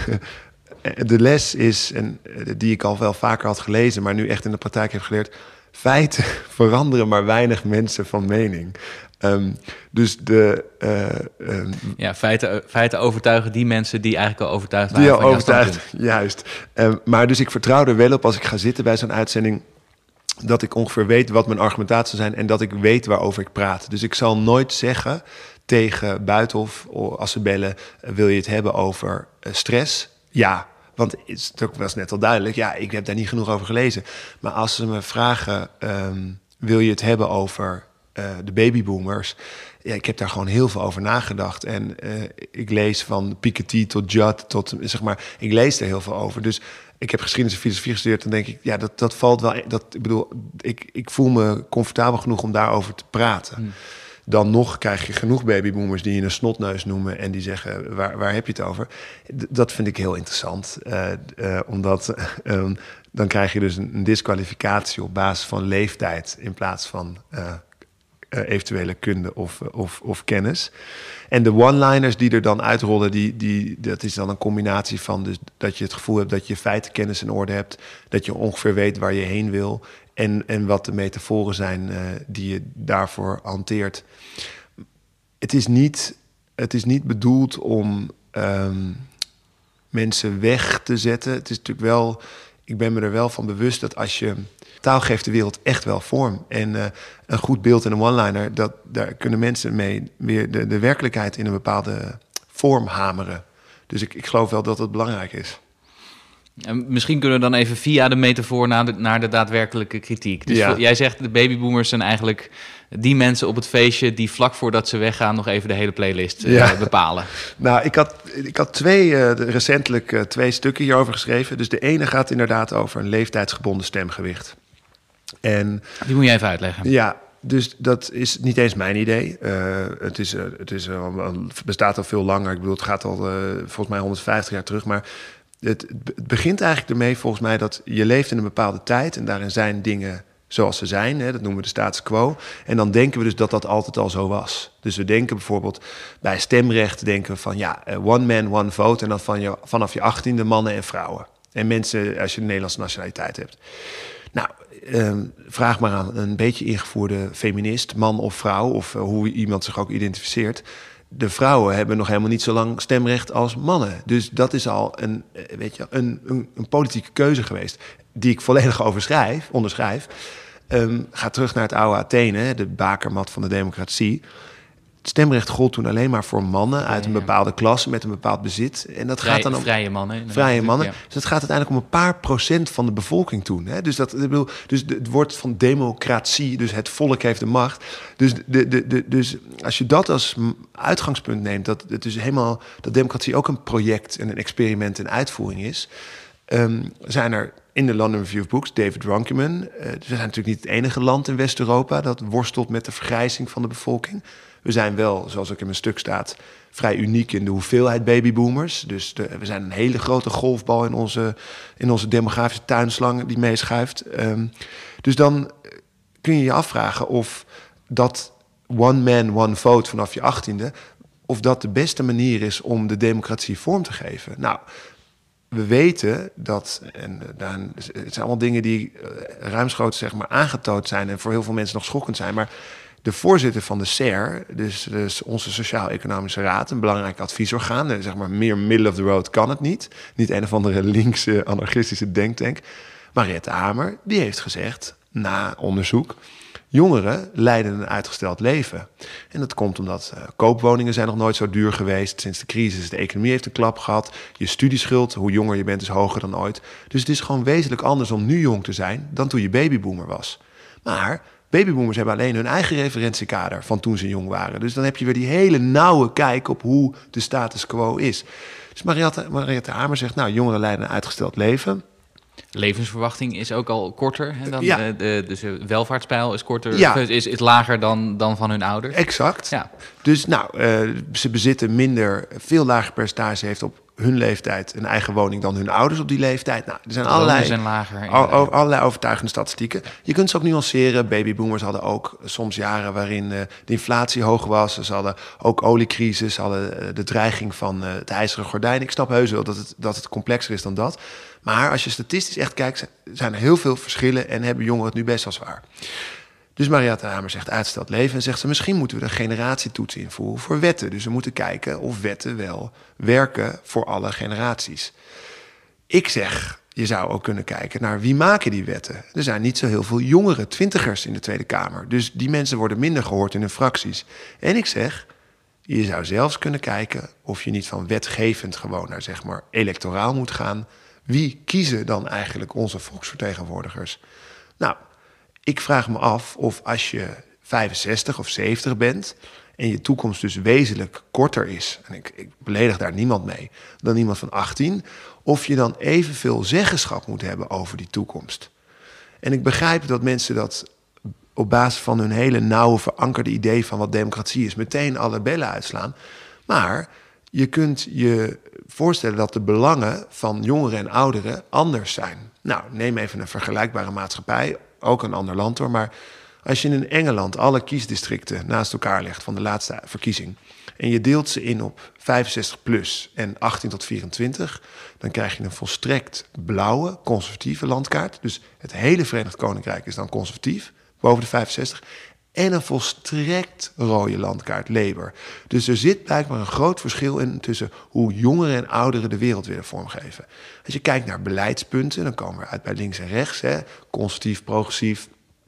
De les is, en die ik al wel vaker had gelezen, maar nu echt in de praktijk heb geleerd, feiten veranderen maar weinig mensen van mening. Um, dus de... Uh, um, ja, feiten, feiten overtuigen die mensen die eigenlijk al overtuigd waren. Die al van overtuigd, juist. Um, maar dus ik vertrouw er wel op als ik ga zitten bij zo'n uitzending, dat ik ongeveer weet wat mijn argumentatie zijn en dat ik weet waarover ik praat. Dus ik zal nooit zeggen tegen Buitenhof, als ze bellen, wil je het hebben over uh, stress? Ja. Want het is ook wel eens net al duidelijk, ja, ik heb daar niet genoeg over gelezen. Maar als ze me vragen, um, wil je het hebben over uh, de babyboomers? Ja, ik heb daar gewoon heel veel over nagedacht. En uh, ik lees van Piketty tot Judd tot, zeg maar, ik lees er heel veel over. Dus ik heb geschiedenis en filosofie gestudeerd. Dan denk ik, ja, dat, dat valt wel, dat, ik bedoel, ik, ik voel me comfortabel genoeg om daarover te praten. Hmm. Dan nog krijg je genoeg babyboomers die je een snotneus noemen en die zeggen, waar, waar heb je het over? D- dat vind ik heel interessant, uh, uh, omdat uh, dan krijg je dus een, een disqualificatie op basis van leeftijd in plaats van uh, uh, eventuele kunde of, of, of kennis. En de one-liners die er dan uitrollen, die, die, dat is dan een combinatie van dus dat je het gevoel hebt dat je feitenkennis in orde hebt, dat je ongeveer weet waar je heen wil. En, en wat de metaforen zijn uh, die je daarvoor hanteert. Het is niet, het is niet bedoeld om um, mensen weg te zetten. Het is natuurlijk wel ik ben me er wel van bewust dat als je... Taal geeft de wereld echt wel vorm. En uh, een goed beeld en een one-liner... Dat, daar kunnen mensen mee weer de, de werkelijkheid in een bepaalde vorm hameren. Dus ik, ik geloof wel dat dat belangrijk is. En misschien kunnen we dan even via de metafoor naar de, naar de daadwerkelijke kritiek. Dus ja. Jij zegt de babyboomers zijn eigenlijk die mensen op het feestje... die vlak voordat ze weggaan nog even de hele playlist uh, ja. bepalen. Nou, ik had, ik had twee, uh, recentelijk uh, twee stukken hierover geschreven. Dus de ene gaat inderdaad over een leeftijdsgebonden stemgewicht. En, die moet je even uitleggen. Ja, dus dat is niet eens mijn idee. Uh, het is, uh, het is, uh, bestaat al veel langer. Ik bedoel, het gaat al uh, volgens mij honderdvijftig jaar terug. Maar het, het begint eigenlijk ermee volgens mij dat je leeft in een bepaalde tijd... en daarin zijn dingen zoals ze zijn. Hè, dat noemen we de status quo. En dan denken we dus dat dat altijd al zo was. Dus we denken bijvoorbeeld bij stemrecht... denken we van ja, one man, one vote... en dan van je, vanaf je achttiende mannen en vrouwen. En mensen als je een Nederlandse nationaliteit hebt. Nou... Um, vraag maar aan een beetje ingevoerde feminist, man of vrouw... of uh, hoe iemand zich ook identificeert. De vrouwen hebben nog helemaal niet zo lang stemrecht als mannen. Dus dat is al een, weet je, een, een, een politieke keuze geweest... die ik volledig overschrijf, onderschrijf. Um, ga terug naar het oude Athene, de bakermat van de democratie... Het stemrecht gold toen alleen maar voor mannen uit een bepaalde klasse met een bepaald bezit. En dat Vrij, gaat dan om vrije mannen. Vrije mannen. Ja. Dus dat gaat uiteindelijk om een paar procent van de bevolking toen. Hè? Dus, dat, ik bedoel, dus het woord van democratie, dus het volk heeft de macht. Dus, de, de, de, dus als je dat als uitgangspunt neemt, dat het dus helemaal dat democratie ook een project en een experiment en uitvoering is, um, zijn er in de London Review of Books, David Runciman. Uh, we zijn natuurlijk niet het enige land in West-Europa dat worstelt met de vergrijzing van de bevolking. We zijn wel, zoals ook in mijn stuk staat, vrij uniek in de hoeveelheid babyboomers. Dus de, we zijn een hele grote golfbal in onze, in onze demografische tuinslang die meeschuift. Um, dus dan kun je je afvragen of dat one man, one vote vanaf je achttiende... of dat de beste manier is om de democratie vorm te geven. Nou, we weten dat, en daar, het zijn allemaal dingen die uh, ruimschoots zeg maar aangetoond zijn... en voor heel veel mensen nog schokkend zijn, maar... De voorzitter van de S E R, dus, dus onze Sociaal-Economische Raad... een belangrijk adviesorgaan, zeg maar meer middle of the road kan het niet. Niet een of andere linkse anarchistische denktank. Mariette Hamer, die heeft gezegd, na onderzoek... jongeren leiden een uitgesteld leven. En dat komt omdat uh, koopwoningen zijn nog nooit zo duur geweest... sinds de crisis, de economie heeft een klap gehad... je studieschuld, hoe jonger je bent, is hoger dan ooit. Dus het is gewoon wezenlijk anders om nu jong te zijn... dan toen je babyboomer was. Maar... babyboomers hebben alleen hun eigen referentiekader van toen ze jong waren. Dus dan heb je weer die hele nauwe kijk op hoe de status quo is. Dus Mariette, Mariette Hamer zegt, nou, jongeren leiden een uitgesteld leven. Levensverwachting is ook al korter. Hè, dan, ja. de, de, dus de welvaartspeil is korter, ja. is, is lager dan, dan van hun ouders. Exact. Ja. Dus nou, uh, ze bezitten minder, veel lager percentage heeft op hun leeftijd een eigen woning dan hun ouders op die leeftijd. Nou, er zijn allerlei, zijn lager, al, al, allerlei overtuigende statistieken. Je kunt ze ook nuanceren. Babyboomers hadden ook soms jaren waarin uh, de inflatie hoog was. Ze hadden ook oliecrisis, ze hadden uh, de dreiging van uh, het ijzeren gordijn. Ik snap heus wel dat het, dat het complexer is dan dat. Maar als je statistisch echt kijkt, zijn er heel veel verschillen en hebben jongeren het nu best wel zwaar. Dus Mariette Hamer zegt uitgesteld leven en zegt ze... misschien moeten we een generatietoets invoeren voor wetten. Dus we moeten kijken of wetten wel werken voor alle generaties. Ik zeg, je zou ook kunnen kijken naar wie maken die wetten. Er zijn niet zo heel veel jongere twintigers in de Tweede Kamer. Dus die mensen worden minder gehoord in hun fracties. En ik zeg, je zou zelfs kunnen kijken... of je niet van wetgevend gewoon naar zeg maar electoraal moet gaan. Wie kiezen dan eigenlijk onze volksvertegenwoordigers? Nou... Ik vraag me af of als je vijfenzestig of zeventig bent... en je toekomst dus wezenlijk korter is... en ik, ik beledig daar niemand mee... dan iemand van achttien... of je dan evenveel zeggenschap moet hebben over die toekomst. En ik begrijp dat mensen dat op basis van hun hele nauwe verankerde idee... van wat democratie is, meteen alle bellen uitslaan. Maar je kunt je voorstellen dat de belangen van jongeren en ouderen anders zijn. Nou, neem even een vergelijkbare maatschappij... ook een ander land hoor, maar als je in Engeland alle kiesdistricten naast elkaar legt van de laatste verkiezing en je deelt ze in op vijfenzestig plus en achttien tot vierentwintig, dan krijg je een volstrekt blauwe, conservatieve landkaart. Dus het hele Verenigd Koninkrijk is dan conservatief, boven de vijfenzestig. en een volstrekt rode landkaart Labour. Dus er zit blijkbaar een groot verschil in tussen hoe jongeren en ouderen de wereld willen vormgeven. Als je kijkt naar beleidspunten, dan komen we uit bij links en rechts. Hè, conservatief, progressief.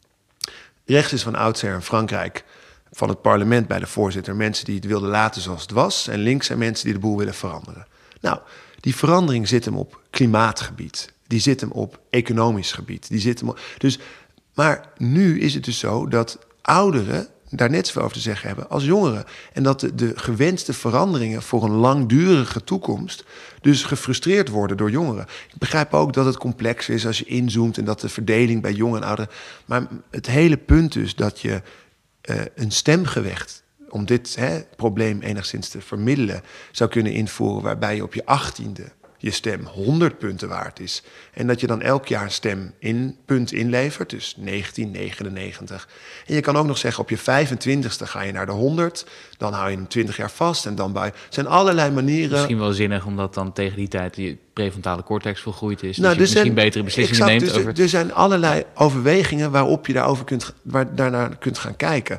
Rechts is van oudsher in Frankrijk van het parlement bij de voorzitter mensen die het wilden laten zoals het was. En links zijn mensen die de boel willen veranderen. Nou, die verandering zit hem op klimaatgebied. Die zit hem op economisch gebied. Die zit hem op, dus, maar nu is het dus zo dat ouderen daar net zoveel over te zeggen hebben als jongeren. En dat de, de gewenste veranderingen voor een langdurige toekomst dus gefrustreerd worden door jongeren. Ik begrijp ook dat het complex is als je inzoomt en dat de verdeling bij jongeren en ouderen. Maar het hele punt dus dat je uh, een stemgewicht om dit hè, probleem enigszins te vermiddelen zou kunnen invoeren, waarbij je op je achttiende je stem honderd punten waard is. En dat je dan elk jaar een stem in punt inlevert, dus negentien negenennegentig. En je kan ook nog zeggen, op je vijfentwintigste ga je naar de honderd. Dan hou je hem twintig jaar vast en dan bij. Er zijn allerlei manieren. Misschien wel zinnig, omdat dan tegen die tijd je prefrontale cortex volgroeid is. Nou, dus je misschien zijn, betere beslissingen exact, neemt. Dus over... Er zijn allerlei overwegingen waarop je daarover kunt, waar, daarnaar kunt gaan kijken.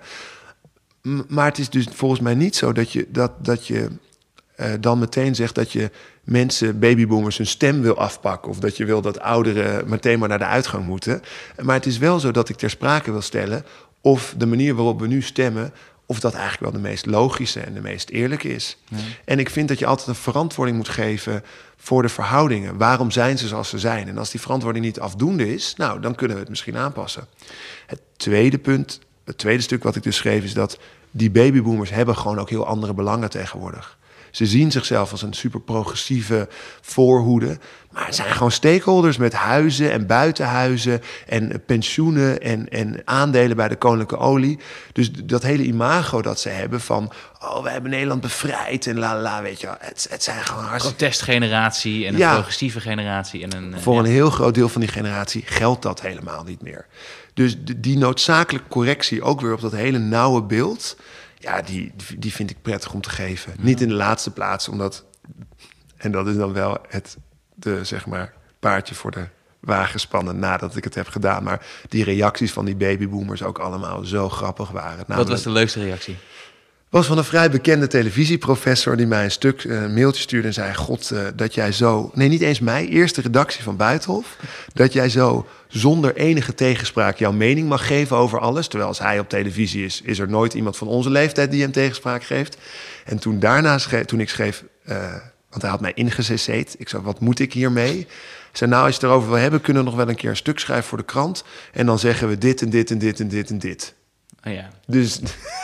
Maar het is dus volgens mij niet zo dat je, dat, dat je uh, dan meteen zegt dat je mensen, babyboomers, hun stem wil afpakken. Of dat je wil dat ouderen meteen maar naar de uitgang moeten. Maar het is wel zo dat ik ter sprake wil stellen of de manier waarop we nu stemmen, of dat eigenlijk wel de meest logische en de meest eerlijke is. Ja. En ik vind dat je altijd een verantwoording moet geven voor de verhoudingen. Waarom zijn ze zoals ze zijn? En als die verantwoording niet afdoende is, nou, dan kunnen we het misschien aanpassen. Het tweede punt, het tweede stuk wat ik dus schreef, is dat die babyboomers hebben gewoon ook heel andere belangen tegenwoordig. Ze zien zichzelf als een super progressieve voorhoede. Maar het zijn gewoon stakeholders met huizen en buitenhuizen en pensioenen en, en aandelen bij de Koninklijke Olie. Dus dat hele imago dat ze hebben van, oh, we hebben Nederland bevrijd en la la, weet je wel. Het, het zijn gewoon hartstikke... protestgeneratie en een ja, progressieve generatie. En een, voor ja. een heel groot deel van die generatie geldt dat helemaal niet meer. Dus die noodzakelijke correctie, ook weer op dat hele nauwe beeld, ja, die, die vind ik prettig om te geven. Ja. Niet in de laatste plaats, omdat, en dat is dan wel het, de, zeg maar, paardje voor de wagen spannen nadat ik het heb gedaan. Maar die reacties van die babyboomers ook allemaal zo grappig waren. Namelijk, wat was de leukste reactie? Was van een vrij bekende televisieprofessor die mij een stuk uh, een mailtje stuurde en zei, god, uh, dat jij zo... Nee, niet eens mij, eerste redactie van Buitenhof. Dat jij zo zonder enige tegenspraak jouw mening mag geven over alles. Terwijl als hij op televisie is, is er nooit iemand van onze leeftijd die hem tegenspraak geeft. En toen daarna, schreef, toen ik schreef, uh, want hij had mij ingecceed. Ik zei, wat moet ik hiermee? Ik zei, nou, als je het erover wil hebben, kunnen we nog wel een keer een stuk schrijven voor de krant. En dan zeggen we dit en dit en dit en dit en dit. Oh ja. Dus...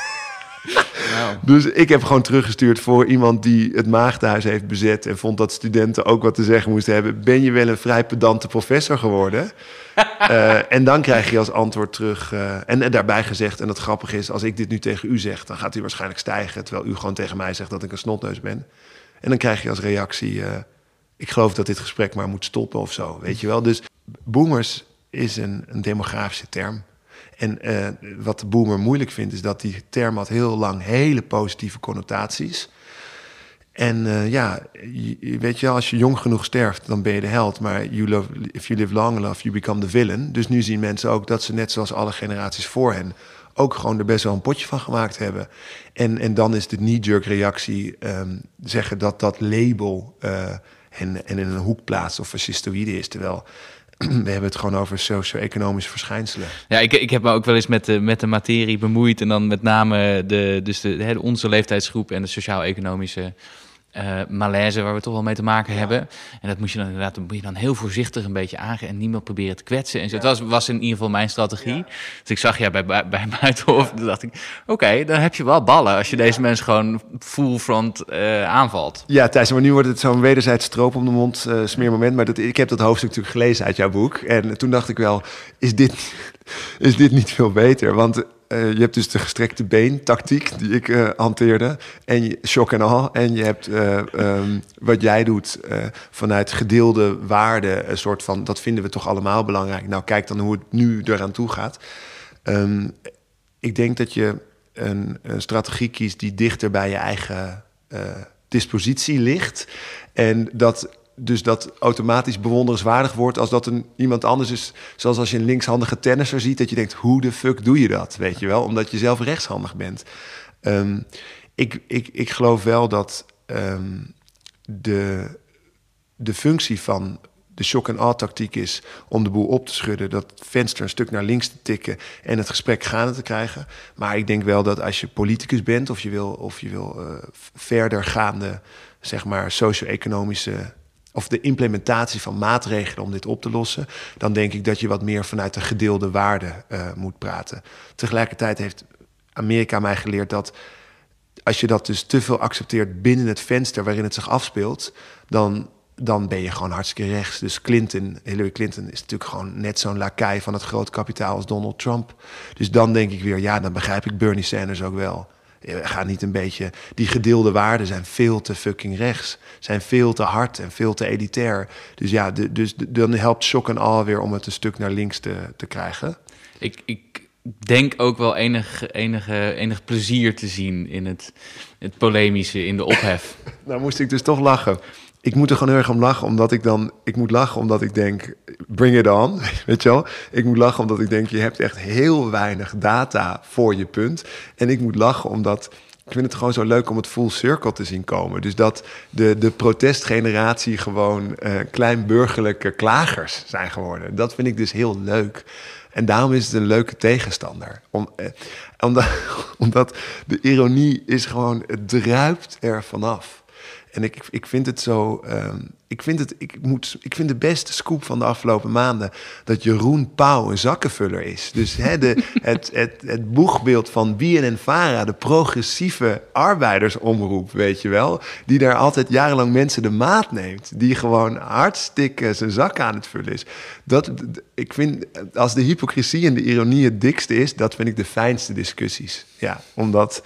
Wow. Dus ik heb gewoon teruggestuurd voor iemand die het Maagdenhuis heeft bezet en vond dat studenten ook wat te zeggen moesten hebben. Ben je wel een vrij pedante professor geworden? uh, en dan krijg je als antwoord terug, uh, en, en daarbij gezegd, en dat grappig is, als ik dit nu tegen u zeg, dan gaat u waarschijnlijk stijgen, terwijl u gewoon tegen mij zegt dat ik een snotneus ben. En dan krijg je als reactie, uh, ik geloof dat dit gesprek maar moet stoppen of zo, weet je wel. Dus boomers is een, een demografische term. En uh, wat de boomer moeilijk vindt, is dat die term had heel lang hele positieve connotaties. En uh, ja, je, weet je, als je jong genoeg sterft, dan ben je de held. Maar you love, if you live long enough, you become the villain. Dus nu zien mensen ook dat ze, net zoals alle generaties voor hen, ook gewoon er best wel een potje van gemaakt hebben. En, en dan is de knee-jerk reactie um, zeggen dat dat label uh, hen, en in een hoek plaatst of fascistoïde is, terwijl... We hebben het gewoon over socio-economische verschijnselen. Ja, ik, ik heb me ook wel eens met de, met de materie bemoeid. En dan met name de, dus de, de, onze leeftijdsgroep en de sociaal-economische uh, malaise waar we toch wel mee te maken ja. hebben. En dat moet je dan inderdaad, dan moet je dan heel voorzichtig een beetje aangeven en niemand proberen te kwetsen. En zo. Ja. Het was, was in ieder geval mijn strategie. Ja. Dus ik zag ja bij, bij, bij Buitenhof, ja. Toen dacht ik, oké, okay, dan heb je wel ballen als je deze mensen gewoon full front uh, aanvalt. Ja, Thijs, maar nu wordt het zo'n wederzijds stroop om de mond uh, smeermoment. Maar dat, ik heb dat hoofdstuk natuurlijk gelezen uit jouw boek. En toen dacht ik wel, is dit, is dit niet veel beter? Want Uh, je hebt dus de gestrekte been tactiek die ik uh, hanteerde. En je, shock en al. En je hebt uh, um, wat jij doet uh, vanuit gedeelde waarden. Een soort van, dat vinden we toch allemaal belangrijk. Nou, kijk dan hoe het nu eraan toe gaat. Um, ik denk dat je een, een strategie kiest die dichter bij je eigen uh, dispositie ligt. En dat dus dat automatisch bewonderenswaardig wordt als dat een, iemand anders is. Zoals als je een linkshandige tennisser ziet, dat je denkt, hoe de fuck doe je dat? Weet je wel, omdat je zelf rechtshandig bent. Um, ik, ik, ik geloof wel dat um, de, de functie van de shock-and-awe-tactiek is om de boel op te schudden, dat venster een stuk naar links te tikken en het gesprek gaande te krijgen. Maar ik denk wel dat als je politicus bent of je wil, of je wil uh, verdergaande, zeg maar, socio-economische of de implementatie van maatregelen om dit op te lossen, dan denk ik dat je wat meer vanuit de gedeelde waarden uh, moet praten. Tegelijkertijd heeft Amerika mij geleerd dat als je dat dus te veel accepteert binnen het venster waarin het zich afspeelt, dan, dan ben je gewoon hartstikke rechts. Dus Clinton, Hillary Clinton is natuurlijk gewoon net zo'n lakai van het groot kapitaal als Donald Trump. Dus dan denk ik weer, ja, dan begrijp ik Bernie Sanders ook wel. Ga niet een beetje... Die gedeelde waarden zijn veel te fucking rechts. Zijn veel te hard en veel te elitair. Dus ja, de, dus de, dan helpt shock en awe weer om het een stuk naar links te, te krijgen. Ik, ik denk ook wel enig, enige, enig plezier te zien in het, het polemische, in de ophef. Nou moest ik dus toch lachen. Ik moet er gewoon heel erg om lachen, omdat ik dan... Ik moet lachen omdat ik denk, bring it on, weet je wel? Ik moet lachen omdat ik denk, je hebt echt heel weinig data voor je punt. En ik moet lachen omdat... Ik vind het gewoon zo leuk om het full circle te zien komen. Dus dat de, de protestgeneratie gewoon uh, kleinburgerlijke klagers zijn geworden. Dat vind ik dus heel leuk. En daarom is het een leuke tegenstander. Om, eh, omdat, omdat de ironie is gewoon, het druipt er vanaf. En ik, ik vind het zo... Um, ik, vind het, ik, moet, ik vind de beste scoop van de afgelopen maanden dat Jeroen Pauw een zakkenvuller is. Dus hè, de, het, het, het boegbeeld van B N N Vara, de progressieve arbeidersomroep, weet je wel, die daar altijd jarenlang mensen de maat neemt, die gewoon hartstikke zijn zak aan het vullen is. Dat, ik vind, als de hypocrisie en de ironie het dikste is, dat vind ik de fijnste discussies. Ja, omdat...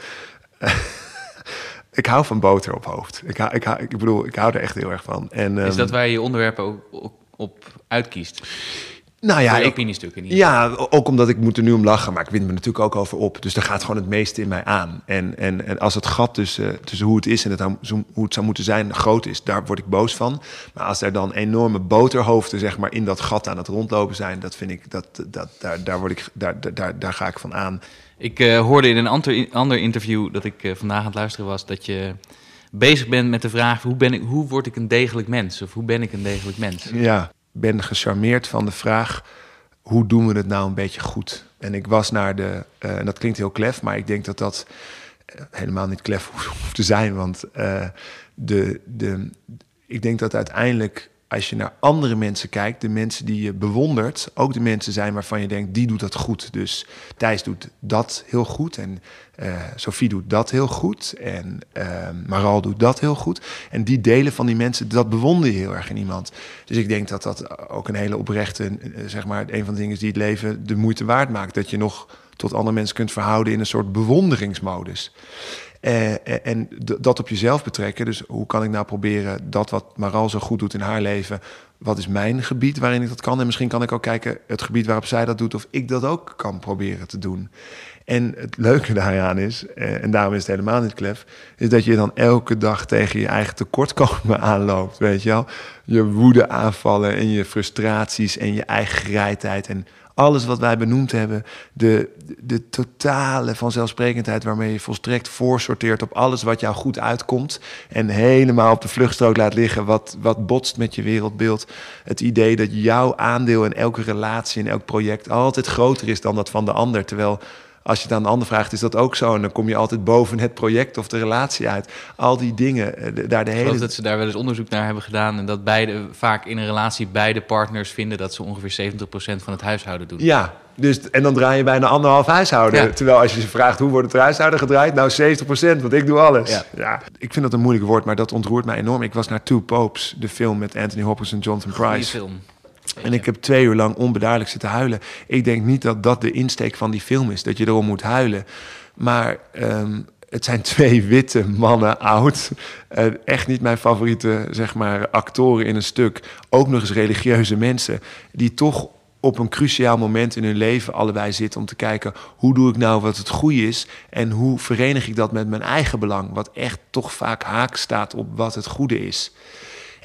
Ik hou van boter op hoofd. Ik, hou, ik, hou, ik bedoel, ik hou er echt heel erg van. En, um, is dat waar je je onderwerpen ook op, op uitkiest? Nou ja, ik, opiniestukken niet. Ja, ook omdat ik moet er nu om lachen, maar ik wind me natuurlijk ook over op. Dus daar gaat gewoon het meeste in mij aan. En, en, en als het gat tussen, tussen hoe het is en het, hoe het zou moeten zijn groot is, daar word ik boos van. Maar als er dan enorme boterhoofden, zeg maar, in dat gat aan het rondlopen zijn, dat vind ik, dat, dat, daar, daar, word ik, daar, daar, daar ga ik van aan. Ik uh, hoorde in een ander, ander interview dat ik uh, vandaag aan het luisteren was, dat je bezig bent met de vraag, hoe, ben ik, hoe word ik een degelijk mens? Of hoe ben ik een degelijk mens? Ja, ik ben gecharmeerd van de vraag, hoe doen we het nou een beetje goed? En ik was naar de, uh, en dat klinkt heel klef, maar ik denk dat dat uh, helemaal niet klef hoeft te zijn. Want uh, de, de, ik denk dat uiteindelijk, als je naar andere mensen kijkt, de mensen die je bewondert, ook de mensen zijn waarvan je denkt, die doet dat goed. Dus Thijs doet dat heel goed en uh, Sophie doet dat heel goed en uh, Maral doet dat heel goed. En die delen van die mensen, dat bewonder je heel erg in iemand. Dus ik denk dat dat ook een hele oprechte, uh, zeg maar, een van de dingen is die het leven de moeite waard maakt. Dat je nog tot andere mensen kunt verhouden in een soort bewonderingsmodus. Uh, en d- dat op jezelf betrekken. Dus hoe kan ik nou proberen dat wat Maral zo goed doet in haar leven, wat is mijn gebied waarin ik dat kan? En misschien kan ik ook kijken, het gebied waarop zij dat doet, of ik dat ook kan proberen te doen. En het leuke daaraan is, uh, en daarom is het helemaal niet klef, is dat je dan elke dag tegen je eigen tekortkomen aanloopt, weet je wel? Je woede aanvallen en je frustraties en je eigen gereidheid en alles wat wij benoemd hebben, de, de totale vanzelfsprekendheid waarmee je volstrekt voorsorteert op alles wat jou goed uitkomt en helemaal op de vluchtstrook laat liggen wat, wat botst met je wereldbeeld. Het idee dat jouw aandeel in elke relatie, in elk project altijd groter is dan dat van de ander, terwijl als je het aan de ander vraagt, is dat ook zo. En dan kom je altijd boven het project of de relatie uit. Al die dingen. Daar de hele... Ik geloof dat ze daar wel eens onderzoek naar hebben gedaan. En dat beide, vaak in een relatie beide partners vinden dat ze ongeveer zeventig procent van het huishouden doen. Ja, dus, en dan draai je bijna anderhalf huishouden. Ja. Terwijl als je ze vraagt, hoe wordt het huishouden gedraaid? Nou, zeventig procent, want ik doe alles. Ja. Ja, ik vind dat een moeilijk woord, maar dat ontroert mij enorm. Ik was naar Two Popes, de film met Anthony Hopkins en Jonathan Pryce. Goeie film. En ik heb twee uur lang onbeduidelijk zitten huilen. Ik denk niet dat dat de insteek van die film is, dat je erom moet huilen. Maar um, het zijn twee witte mannen, oud. Uh, echt niet mijn favoriete, zeg maar, actoren in een stuk. Ook nog eens religieuze mensen, die toch op een cruciaal moment in hun leven allebei zitten om te kijken, hoe doe ik nou wat het goede is en hoe verenig ik dat met mijn eigen belang, wat echt toch vaak haak staat op wat het goede is.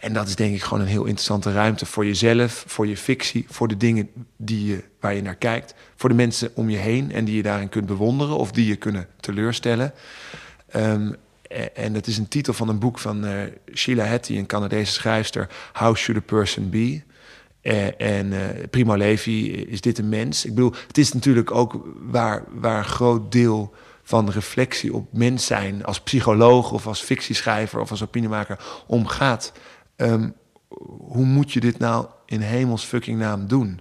En dat is denk ik gewoon een heel interessante ruimte voor jezelf, voor je fictie, voor de dingen die je, waar je naar kijkt, voor de mensen om je heen en die je daarin kunt bewonderen of die je kunnen teleurstellen. Um, en dat is een titel van een boek van uh, Sheila Heti, een Canadese schrijfster, How Should a Person Be? Uh, en uh, Primo Levi, is dit een mens? Ik bedoel, het is natuurlijk ook waar, waar een groot deel van de reflectie op mens zijn als psycholoog of als fictieschrijver of als opiniemaker om gaat. Um, hoe moet je dit nou in hemels fucking naam doen?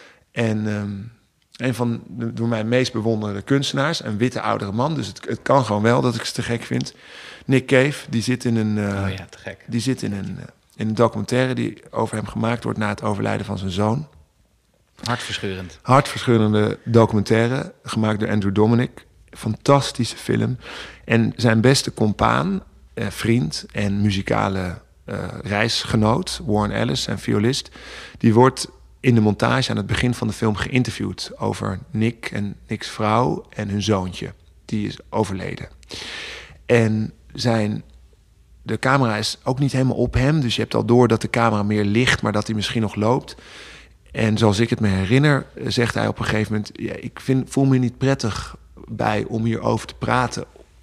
En um, een van de door mij meest bewonderde kunstenaars, een witte oudere man, dus het, het kan gewoon wel dat ik ze te gek vind. Nick Cave, die zit in een, uh, oh ja, te gek. Die zit in een, uh, in een documentaire die over hem gemaakt wordt na het overlijden van zijn zoon. Hartverscheurend. Hartverscheurende documentaire, gemaakt door Andrew Dominic. Fantastische film. En zijn beste compaan, eh, vriend en muzikale uh, reisgenoot, Warren Ellis, zijn violist, die wordt in de montage aan het begin van de film geïnterviewd over Nick en Nick's vrouw en hun zoontje. Die is overleden. En zijn, de camera is ook niet helemaal op hem, dus je hebt al door dat de camera meer ligt, maar dat hij misschien nog loopt. En zoals ik het me herinner, zegt hij op een gegeven moment, ja, ik vind, voel me niet prettig bij om hierover te praten,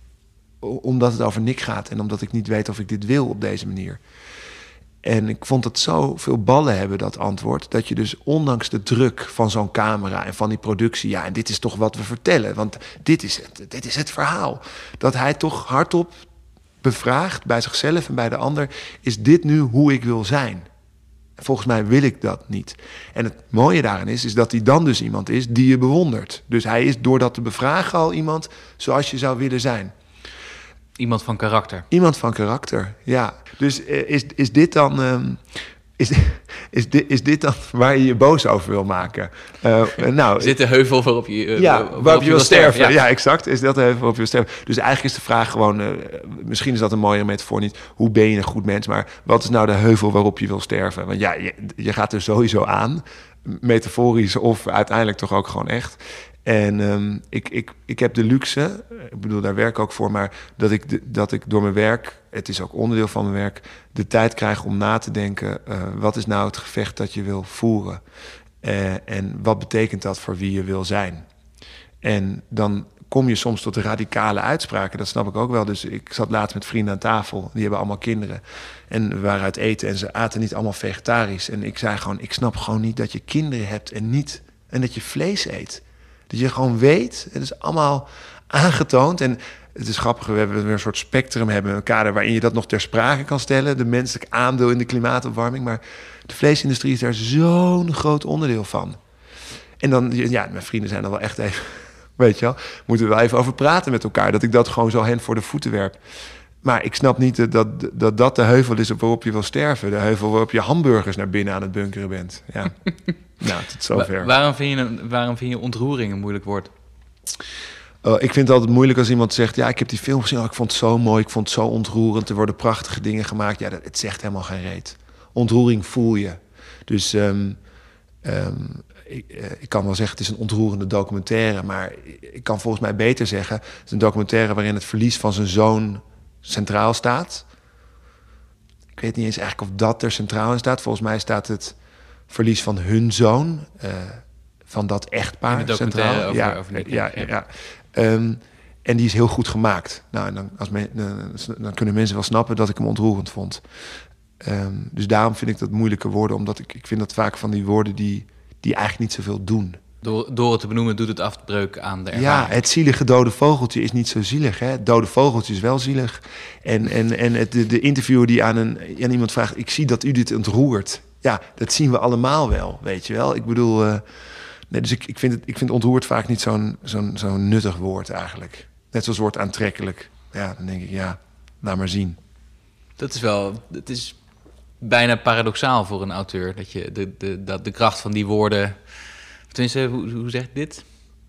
omdat het over Nick gaat en omdat ik niet weet of ik dit wil op deze manier. En ik vond het zo veel ballen hebben, dat antwoord, dat je dus ondanks de druk van zo'n camera en van die productie, ja, en dit is toch wat we vertellen, want dit is het, dit is het verhaal, dat hij toch hardop bevraagt bij zichzelf en bij de ander, is dit nu hoe ik wil zijn? Volgens mij wil ik dat niet. En het mooie daarin is, is dat hij dan dus iemand is die je bewondert. Dus hij is door dat te bevragen al iemand zoals je zou willen zijn. Iemand van karakter. Iemand van karakter, ja. Dus uh, is, is dit dan... Um, is, is, dit, is dit dan waar je je boos over wil maken? Uh, nou, is dit de heuvel waarop je, uh, ja, waarop waarop je je wil sterven? sterven. Ja. ja, exact. Is dat de heuvel waarop je wil sterven? Dus eigenlijk is de vraag gewoon... Uh, misschien is dat een mooiere metafoor niet. Hoe ben je een goed mens? Maar wat is nou de heuvel waarop je wil sterven? Want ja, je, je gaat er sowieso aan. Metaforisch of uiteindelijk toch ook gewoon echt. En um, ik, ik, ik heb de luxe, ik bedoel, daar werk ik ook voor, maar dat ik, de, dat ik door mijn werk, het is ook onderdeel van mijn werk, de tijd krijg om na te denken, uh, wat is nou het gevecht dat je wil voeren? Uh, en wat betekent dat voor wie je wil zijn? En dan kom je soms tot radicale uitspraken, dat snap ik ook wel. Dus ik zat laatst met vrienden aan tafel, die hebben allemaal kinderen. En we waren uit eten en ze aten niet allemaal vegetarisch. En ik zei gewoon, ik snap gewoon niet dat je kinderen hebt en niet, en dat je vlees eet. Dat je gewoon weet, het is allemaal aangetoond. En het is grappig, we hebben weer een soort spectrum hebben, een kader waarin je dat nog ter sprake kan stellen. De menselijk aandeel in de klimaatopwarming. Maar de vleesindustrie is daar zo'n groot onderdeel van. En dan, ja, mijn vrienden zijn er wel echt even, weet je wel, moeten we wel even over praten met elkaar. Dat ik dat gewoon zo hen voor de voeten werp. Maar ik snap niet dat dat, dat de heuvel is waarop je wil sterven. De heuvel waarop je hamburgers naar binnen aan het bunkeren bent. Ja. Nou, tot zover. Wa- waarom, vind je een, waarom vind je ontroering een moeilijk woord? Uh, ik vind het altijd moeilijk als iemand zegt, ja, ik heb die film gezien, oh, ik vond het zo mooi, ik vond het zo ontroerend, er worden prachtige dingen gemaakt. Ja, dat, het zegt helemaal geen reet. Ontroering voel je. Dus um, um, ik, uh, ik kan wel zeggen, het is een ontroerende documentaire, maar ik kan volgens mij beter zeggen, het is een documentaire waarin het verlies van zijn zoon centraal staat. Ik weet niet eens eigenlijk of dat er centraal in staat. Volgens mij staat het verlies van hun zoon, uh, van dat echtpaar in de documentaire centraal. Over, ja, over Nick, ja, ja, ja. ja. Um, en die is heel goed gemaakt. Nou, en dan, als men, dan, dan kunnen mensen wel snappen dat ik hem ontroerend vond. Um, dus daarom vind ik dat moeilijke woorden, omdat ik, ik vind dat vaak van die woorden die, die eigenlijk niet zoveel doen. Door, door het te benoemen doet het afbreuk aan de ervaring. Ja, het zielige dode vogeltje is niet zo zielig. Hè? Het dode vogeltje is wel zielig. En, en, en het, de, de interviewer die aan, een, aan iemand vraagt, ik zie dat u dit ontroert. Ja, dat zien we allemaal wel, weet je wel. Ik bedoel, uh, nee, dus ik, ik, vind het, ik vind ontroerd vaak niet zo'n, zo'n, zo'n nuttig woord eigenlijk. Net zoals woord aantrekkelijk. Ja, dan denk ik, ja, laat maar zien. Dat is wel, het is bijna paradoxaal voor een auteur, dat je de, de, dat de kracht van die woorden... Tenminste, hoe, hoe zeg ik dit?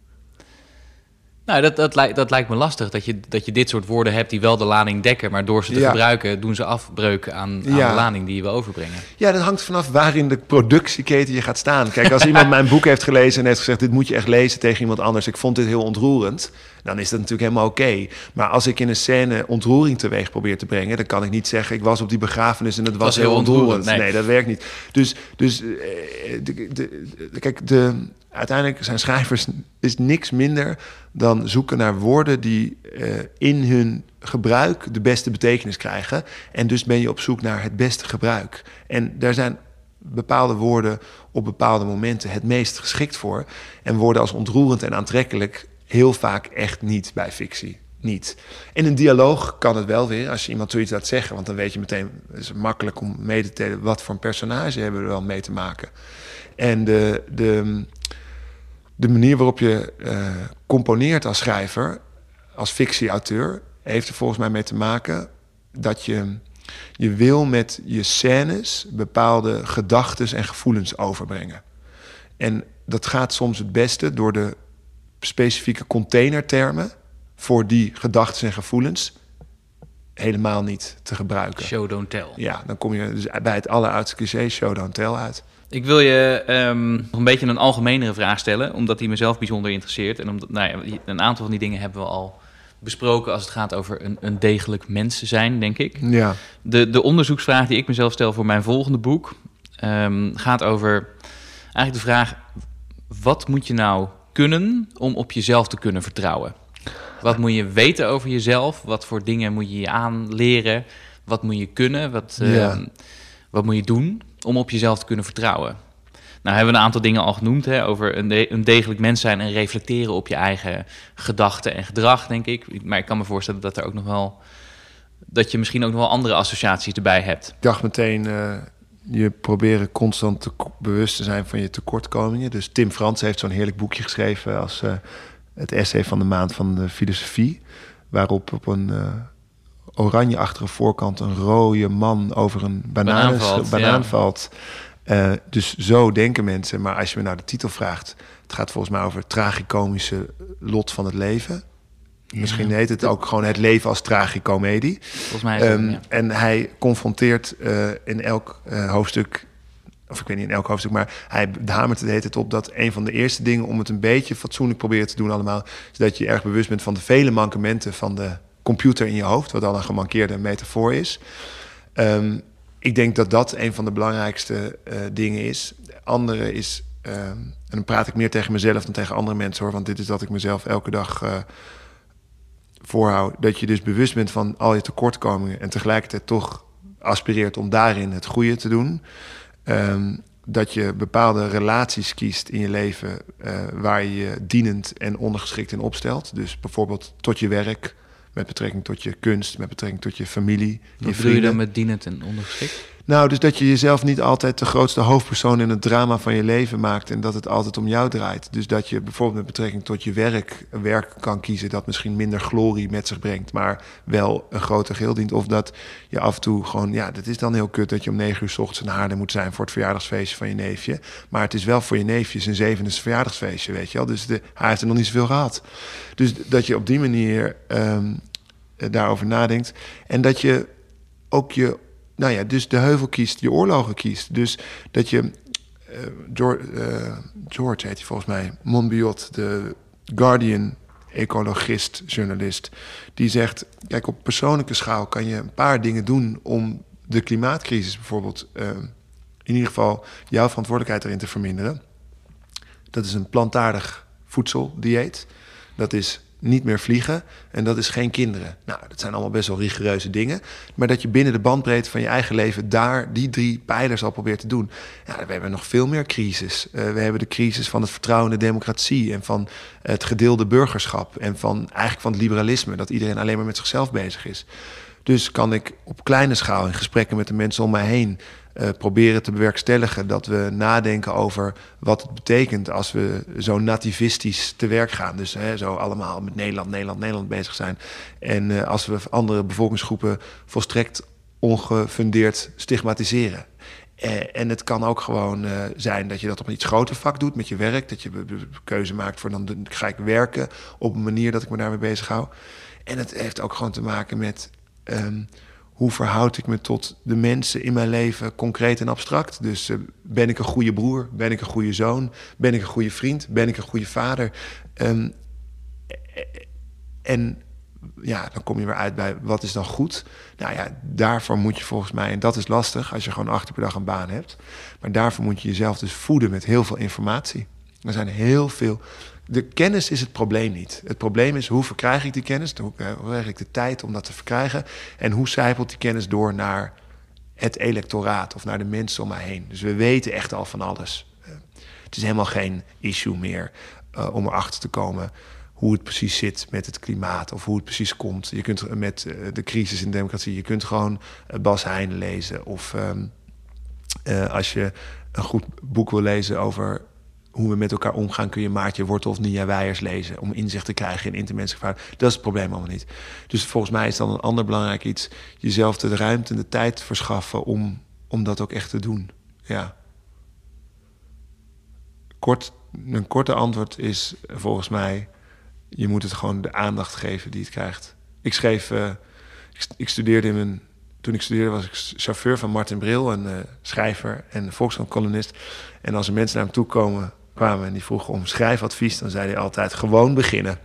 Nou, dat, dat, lijkt, dat lijkt me lastig, dat je, dat je dit soort woorden hebt die wel de lading dekken, maar door ze te ja. gebruiken doen ze afbreuk aan, aan ja. de lading die je wil overbrengen. Ja, dat hangt vanaf waar in de productieketen je gaat staan. Kijk, als iemand mijn boek heeft gelezen en heeft gezegd, dit moet je echt lezen tegen iemand anders, ik vond dit heel ontroerend, dan is dat natuurlijk helemaal oké. Okay. Maar als ik in een scène ontroering teweeg probeer te brengen, dan kan ik niet zeggen, ik was op die begrafenis en het, het was, was heel ontroerend. ontroerend. Nee. nee, dat werkt niet. Dus, dus de, de, de, kijk, de, uiteindelijk zijn schrijvers is niks minder dan zoeken naar woorden die uh, in hun gebruik de beste betekenis krijgen. En dus ben je op zoek naar het beste gebruik. En daar zijn bepaalde woorden op bepaalde momenten het meest geschikt voor. En woorden als ontroerend en aantrekkelijk heel vaak echt niet bij fictie. Niet. In een dialoog kan het wel weer, als je iemand zoiets laat zeggen, want dan weet je meteen, het is makkelijk om mee te tellen wat voor een personage hebben we er wel mee te maken. En de, de, de manier waarop je uh, componeert als schrijver, als fictieauteur, heeft er volgens mij mee te maken dat je, je wil met je scènes bepaalde gedachten en gevoelens overbrengen. En dat gaat soms het beste door de specifieke containertermen voor die gedachten en gevoelens helemaal niet te gebruiken. Show, don't tell. Ja, dan kom je dus bij het alleroudste cliché show, don't tell uit. Ik wil je um, nog een beetje een algemenere vraag stellen, omdat die mezelf bijzonder interesseert. En omdat, nou ja, een aantal van die dingen hebben we al besproken als het gaat over een, een degelijk mens zijn, denk ik. Ja. De, de onderzoeksvraag die ik mezelf stel voor mijn volgende boek um, gaat over eigenlijk de vraag, wat moet je nou kunnen om op jezelf te kunnen vertrouwen? Wat moet je weten over jezelf? Wat voor dingen moet je je aanleren? Wat moet je kunnen? Wat, uh, ja. wat moet je doen om op jezelf te kunnen vertrouwen? Nou hebben we een aantal dingen al genoemd, hè, over een, de, een degelijk mens zijn en reflecteren op je eigen gedachten en gedrag, denk ik. Maar ik kan me voorstellen dat er ook nog wel, dat je misschien ook nog wel andere associaties erbij hebt. Ik dacht meteen, uh, je proberen constant te, bewust te zijn van je tekortkomingen. Dus Tim Frans heeft zo'n heerlijk boekje geschreven als uh, het essay van de maand van de filosofie, waarop op een uh, oranjeachtige voorkant een rode man over een banaan, banaan valt. Banaan ja. valt. Uh, dus zo denken mensen. Maar als je me nou de titel vraagt, het gaat volgens mij over het tragicomische lot van het leven. Ja. Misschien heet het ook gewoon het leven als tragicomedie. Volgens mij is het, um, ja. En hij confronteert uh, in elk uh, hoofdstuk, of ik weet niet in elk hoofdstuk, maar hij hamert het, heet het op dat een van de eerste dingen om het een beetje fatsoenlijk proberen te doen allemaal, is dat je erg bewust bent van de vele mankementen van de computer in je hoofd, wat al een gemankeerde metafoor is. Um, Ik denk dat dat een van de belangrijkste uh, dingen is. De andere is, uh, en dan praat ik meer tegen mezelf dan tegen andere mensen hoor, want dit is dat ik mezelf elke dag uh, voorhoud. Dat je dus bewust bent van al je tekortkomingen en tegelijkertijd toch aspireert om daarin het goede te doen. Um, dat je bepaalde relaties kiest in je leven uh, waar je je dienend en ondergeschikt in opstelt. Dus bijvoorbeeld tot je werk, met betrekking tot je kunst, met betrekking tot je familie, Wat je vrienden. Wat bedoel je dan met dienend en ondergeschikt? Nou, dus dat je jezelf niet altijd de grootste hoofdpersoon in het drama van je leven maakt en dat het altijd om jou draait. Dus dat je bijvoorbeeld met betrekking tot je werk een werk kan kiezen dat misschien minder glorie met zich brengt, maar wel een groter geheel dient. Of dat je af en toe gewoon, ja, dat is dan heel kut dat je om negen uur 's ochtends in Haarlem moet zijn voor het verjaardagsfeestje van je neefje. Maar het is wel voor je neefje zijn zevende verjaardagsfeestje, weet je wel. Dus de, hij heeft er nog niet zoveel gehad. Dus dat je op die manier um, daarover nadenkt. En dat je ook je, nou ja, dus de heuvel kiest, je oorlogen kiest. Dus dat je, uh, George, uh, George heet hij volgens mij, Monbiot, de Guardian ecologist, journalist, die zegt, kijk, op persoonlijke schaal kan je een paar dingen doen om de klimaatcrisis bijvoorbeeld, uh, in ieder geval jouw verantwoordelijkheid erin te verminderen. Dat is een plantaardig voedseldieet. Dat is niet meer vliegen en dat is geen kinderen. Nou, dat zijn allemaal best wel rigoureuze dingen. Maar dat je binnen de bandbreedte van je eigen leven daar die drie pijlers al probeert te doen. Ja, we hebben nog veel meer crisis. Uh, we hebben de crisis van het vertrouwen in de democratie en van het gedeelde burgerschap en van eigenlijk van het liberalisme, dat iedereen alleen maar met zichzelf bezig is. Dus kan ik op kleine schaal in gesprekken met de mensen om mij heen Uh, proberen te bewerkstelligen dat we nadenken over wat het betekent als we zo nativistisch te werk gaan. Dus hè, zo allemaal met Nederland, Nederland, Nederland bezig zijn. En uh, als we andere bevolkingsgroepen volstrekt ongefundeerd stigmatiseren. Uh, en het kan ook gewoon uh, zijn dat je dat op een iets groter vak doet met je werk. Dat je be- be- keuze maakt voor dan ga ik werken op een manier dat ik me daarmee bezig hou. En het heeft ook gewoon te maken met Um, hoe verhoud ik me tot de mensen in mijn leven, concreet en abstract? Dus uh, ben ik een goede broer? Ben ik een goede zoon? Ben ik een goede vriend? Ben ik een goede vader? Um, En ja, dan kom je weer uit bij wat is dan goed. Nou ja, daarvoor moet je volgens mij, en dat is lastig als je gewoon acht uur per dag een baan hebt. Maar daarvoor moet je jezelf dus voeden met heel veel informatie. Er zijn heel veel. De kennis is het probleem niet. Het probleem is hoe verkrijg ik die kennis, hoe krijg ik de tijd om dat te verkrijgen en hoe zijpelt die kennis door naar het electoraat of naar de mensen om mij heen. Dus we weten echt al van alles. Uh, het is helemaal geen issue meer uh, om erachter te komen hoe het precies zit met het klimaat of hoe het precies komt. Je kunt met uh, de crisis in de democratie, je kunt gewoon uh, Bas Heijnen lezen. Of um, uh, als je een goed boek wil lezen over hoe we met elkaar omgaan, kun je Maartje Wortel of Nia Weijers lezen om inzicht te krijgen in intermenselijk verhouding. Dat is het probleem allemaal niet. Dus volgens mij is dan een ander belangrijk iets, jezelf de ruimte en de tijd verschaffen om, om dat ook echt te doen. Ja. Kort, een korte antwoord is volgens mij, je moet het gewoon de aandacht geven die het krijgt. Ik schreef, uh, ik, ik studeerde in mijn, toen ik studeerde was ik chauffeur van Martin Bril, een uh, schrijver en Volkskrant-columnist. En als er mensen naar hem toe komen, kwamen en die vroegen om schrijfadvies, dan zei hij altijd gewoon beginnen.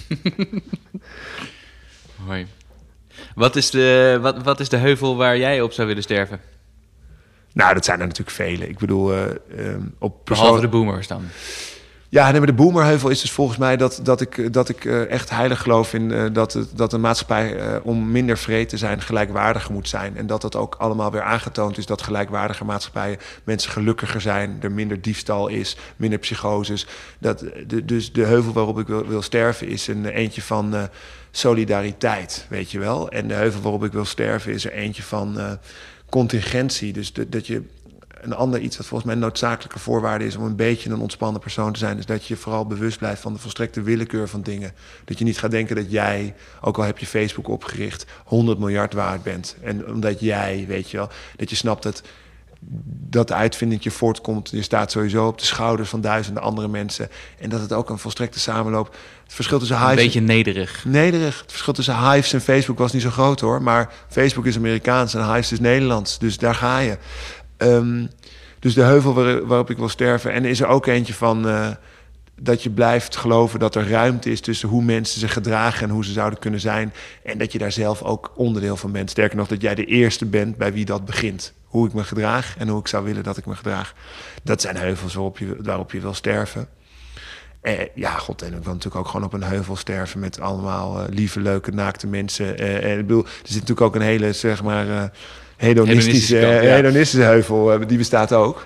Hoi. Wat is de, wat, wat is de heuvel waar jij op zou willen sterven? Nou, dat zijn er natuurlijk vele. Ik bedoel, uh, um, op persoon... Behalve de boomers dan. Ja, nee, maar de boomerheuvel is dus volgens mij dat, dat ik, dat ik uh, echt heilig geloof in uh, dat, het, dat een maatschappij uh, om minder vreed te zijn gelijkwaardiger moet zijn. En dat dat ook allemaal weer aangetoond is dat gelijkwaardige maatschappijen mensen gelukkiger zijn, er minder diefstal is, minder psychoses. Dat, de, dus de heuvel waarop ik wil, wil sterven is een eentje van uh, solidariteit, weet je wel. En de heuvel waarop ik wil sterven is er eentje van uh, contingentie. Dus de, dat je... Een ander iets wat volgens mij een noodzakelijke voorwaarde is om een beetje een ontspannen persoon te zijn, is dat je vooral bewust blijft van de volstrekte willekeur van dingen. Dat je niet gaat denken dat jij, ook al heb je Facebook opgericht, honderd miljard waard bent. En omdat jij, weet je wel, dat je snapt dat dat uitvindingje voortkomt. Je staat sowieso op de schouders van duizenden andere mensen. En dat het ook een volstrekte samenloop. Het verschil tussen Hives... Een beetje nederig. Nederig. Het verschil tussen Hives en Facebook was niet zo groot hoor. Maar Facebook is Amerikaans en Hives is Nederlands. Dus daar ga je. Um, dus de heuvel waar, waarop ik wil sterven. En er is er ook eentje van uh, dat je blijft geloven dat er ruimte is tussen hoe mensen zich gedragen en hoe ze zouden kunnen zijn. En dat je daar zelf ook onderdeel van bent. Sterker nog, dat jij de eerste bent bij wie dat begint. Hoe ik me gedraag en hoe ik zou willen dat ik me gedraag. Dat zijn heuvels waarop je, waarop je wil sterven. Eh, ja, god, en ik wil natuurlijk ook gewoon op een heuvel sterven met allemaal uh, lieve, leuke, naakte mensen. Uh, en ik bedoel, er zit natuurlijk ook een hele, zeg maar... Uh, Hedonistische, hedonistische, kant, ja. hedonistische heuvel, die bestaat ook.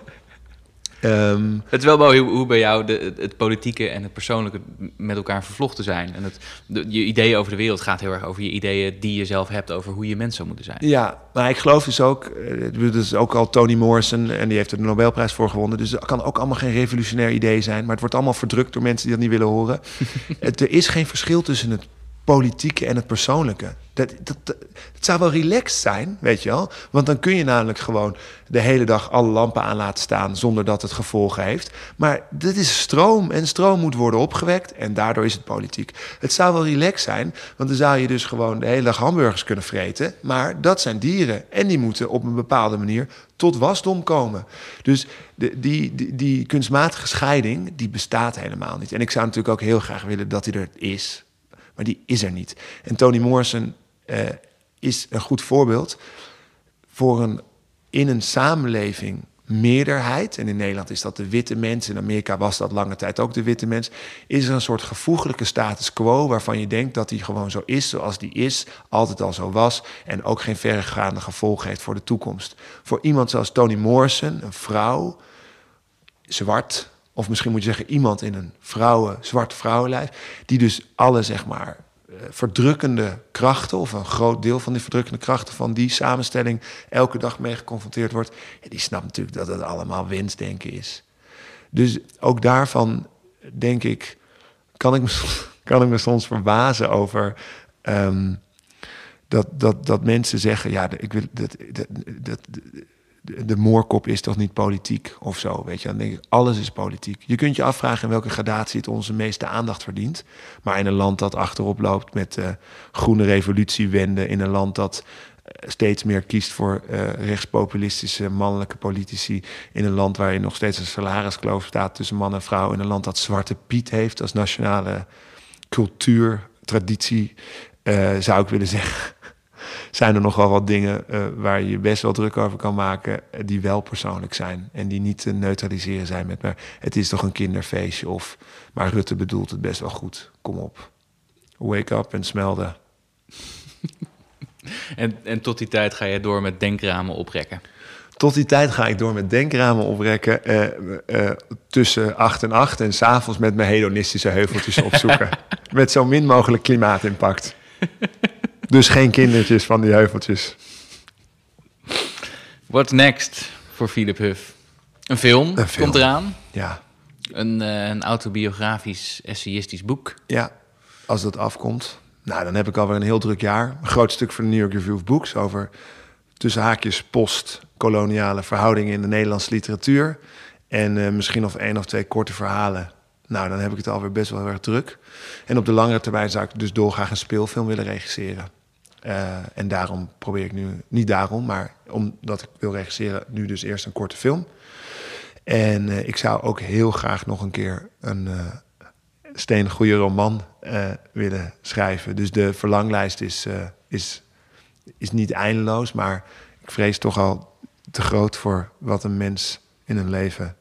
Um, het is wel mooi hoe, hoe bij jou de, het, het politieke en het persoonlijke met elkaar vervlochten zijn. En het, de, je ideeën over de wereld gaat heel erg over je ideeën die je zelf hebt over hoe je mens zou moeten zijn. Ja, maar ik geloof dus ook, dat is ook al Toni Morrison en die heeft er de Nobelprijs voor gewonnen. Dus het kan ook allemaal geen revolutionair idee zijn, maar het wordt allemaal verdrukt door mensen die dat niet willen horen. het, er is geen verschil tussen het politieke en het persoonlijke. Dat, dat, dat, het zou wel relaxed zijn, weet je wel. Want dan kun je namelijk gewoon de hele dag alle lampen aan laten staan zonder dat het gevolgen heeft. Maar dit is stroom en stroom moet worden opgewekt en daardoor is het politiek. Het zou wel relaxed zijn, want dan zou je dus gewoon de hele dag hamburgers kunnen vreten. Maar dat zijn dieren en die moeten op een bepaalde manier tot wasdom komen. Dus de, die, die, die kunstmatige scheiding, die bestaat helemaal niet. En ik zou natuurlijk ook heel graag willen dat die er is. Maar die is er niet. En Toni Morrison uh, is een goed voorbeeld voor een in een samenleving meerderheid. En in Nederland is dat de witte mens. In Amerika was dat lange tijd ook de witte mens. Is er een soort gevoeglijke status quo waarvan je denkt dat die gewoon zo is zoals die is, altijd al zo was en ook geen verregaande gevolgen heeft voor de toekomst. Voor iemand zoals Toni Morrison, een vrouw, zwart. Of misschien moet je zeggen iemand in een vrouwen, zwart vrouwenlijf, die dus alle, zeg maar, verdrukkende krachten, of een groot deel van die verdrukkende krachten van die samenstelling elke dag mee geconfronteerd wordt. Ja, die snapt natuurlijk dat het allemaal wensdenken is. Dus ook daarvan, denk ik, kan ik me, kan ik me soms verbazen over um, dat, dat, dat mensen zeggen, ja, ik wil dat. dat, dat De, de moorkop is toch niet politiek of zo, weet je. Dan denk ik, alles is politiek. Je kunt je afvragen in welke gradatie het onze meeste aandacht verdient. Maar in een land dat achterop loopt met uh, groene revolutiewenden, in een land dat uh, steeds meer kiest voor uh, rechtspopulistische mannelijke politici, in een land waar je nog steeds een salariskloof staat tussen man en vrouw, in een land dat Zwarte Piet heeft als nationale cultuur, traditie uh, zou ik willen zeggen... zijn er nog wel wat dingen uh, waar je best wel druk over kan maken... Uh, die wel persoonlijk zijn en die niet te neutraliseren zijn met... maar het is toch een kinderfeestje of... maar Rutte bedoelt het best wel goed. Kom op. Wake up en smell the... en, en tot die tijd ga je door met denkramen oprekken? Tot die tijd ga ik door met denkramen oprekken... Uh, uh, tussen acht en acht... en 's avonds met mijn hedonistische heuveltjes opzoeken. Met zo min mogelijk klimaatimpact. Dus geen kindertjes van die heuveltjes. What's next voor Philip Huff? Een film, een film komt eraan. Ja. Een, uh, een autobiografisch, essayistisch boek. Ja, als dat afkomt. Nou, dan heb ik alweer een heel druk jaar. Een groot stuk van de New York Review of Books... over tussen haakjes post-koloniale verhoudingen in de Nederlandse literatuur. En uh, misschien nog één of twee korte verhalen. Nou, dan heb ik het alweer best wel heel erg druk. En op de langere termijn zou ik dus dolgraag een speelfilm willen regisseren. Uh, en daarom probeer ik nu, niet daarom, maar omdat ik wil regisseren, nu dus eerst een korte film. En uh, ik zou ook heel graag nog een keer een uh, steengoede roman uh, willen schrijven. Dus de verlanglijst is, uh, is, is niet eindeloos, maar ik vrees toch al te groot voor wat een mens in een leven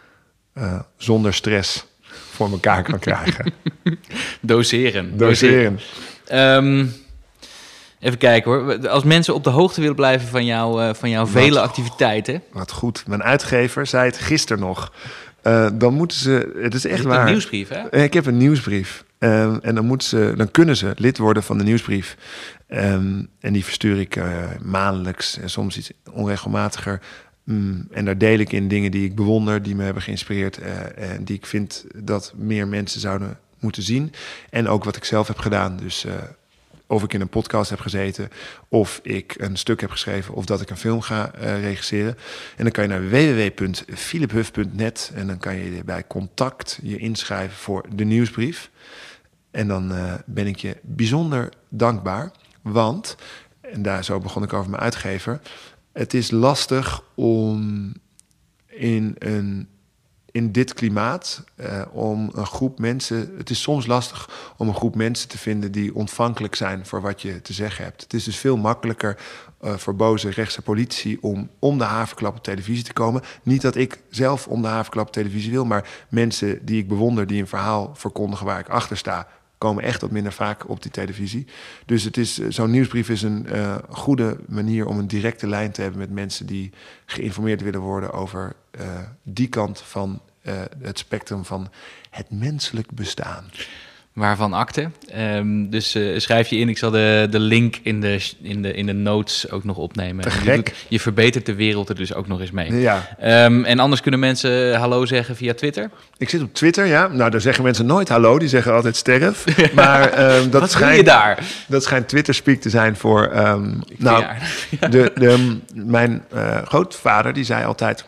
uh, zonder stress voor elkaar kan krijgen. Doseren. Doseren. Um, even kijken hoor. Als mensen op de hoogte willen blijven van, jou, uh, van jouw wat, vele activiteiten. Wat goed. Mijn uitgever zei het gisteren nog. Uh, dan moeten ze... Het is echt waar. Een nieuwsbrief, hè? Ik heb een nieuwsbrief. Um, en dan, moeten ze, dan kunnen ze lid worden van de nieuwsbrief. Um, en die verstuur ik uh, maandelijks en soms iets onregelmatiger. Mm, en daar deel ik in dingen die ik bewonder, die me hebben geïnspireerd... Uh, en die ik vind dat meer mensen zouden moeten zien. En ook wat ik zelf heb gedaan. Dus uh, of ik in een podcast heb gezeten, of ik een stuk heb geschreven... of dat ik een film ga uh, regisseren. En dan kan je naar w w w punt philip huff punt net... en dan kan je bij contact je inschrijven voor de nieuwsbrief. En dan uh, ben ik je bijzonder dankbaar. Want, en daar zo begon ik over mijn uitgever... het is lastig om in, een, in dit klimaat, uh, om een groep mensen... Het is soms lastig om een groep mensen te vinden die ontvankelijk zijn voor wat je te zeggen hebt. Het is dus veel makkelijker uh, voor boze rechtse politici om om de haverklap op televisie te komen. Niet dat ik zelf om de haverklap op televisie wil, maar mensen die ik bewonder, die een verhaal verkondigen waar ik achter sta, komen echt wat minder vaak op die televisie. Dus het is, zo'n nieuwsbrief is een uh, goede manier om een directe lijn te hebben met mensen die geïnformeerd willen worden over uh, die kant van uh, het spectrum van het menselijk bestaan. Waarvan akte. Um, dus uh, schrijf je in. Ik zal de, de link in de, in, de, in de notes ook nog opnemen. Te je, gek. doet, je verbetert de wereld er dus ook nog eens mee. Ja. Um, en anders kunnen mensen hallo zeggen via Twitter? Ik zit op Twitter, ja. Nou, daar zeggen mensen nooit hallo. Die zeggen altijd sterf. Maar um, dat Wat schijnt, doe je daar? Dat schijnt Twitter-speak te zijn voor... Um, nou, ja. de, de, mijn uh, grootvader die zei altijd...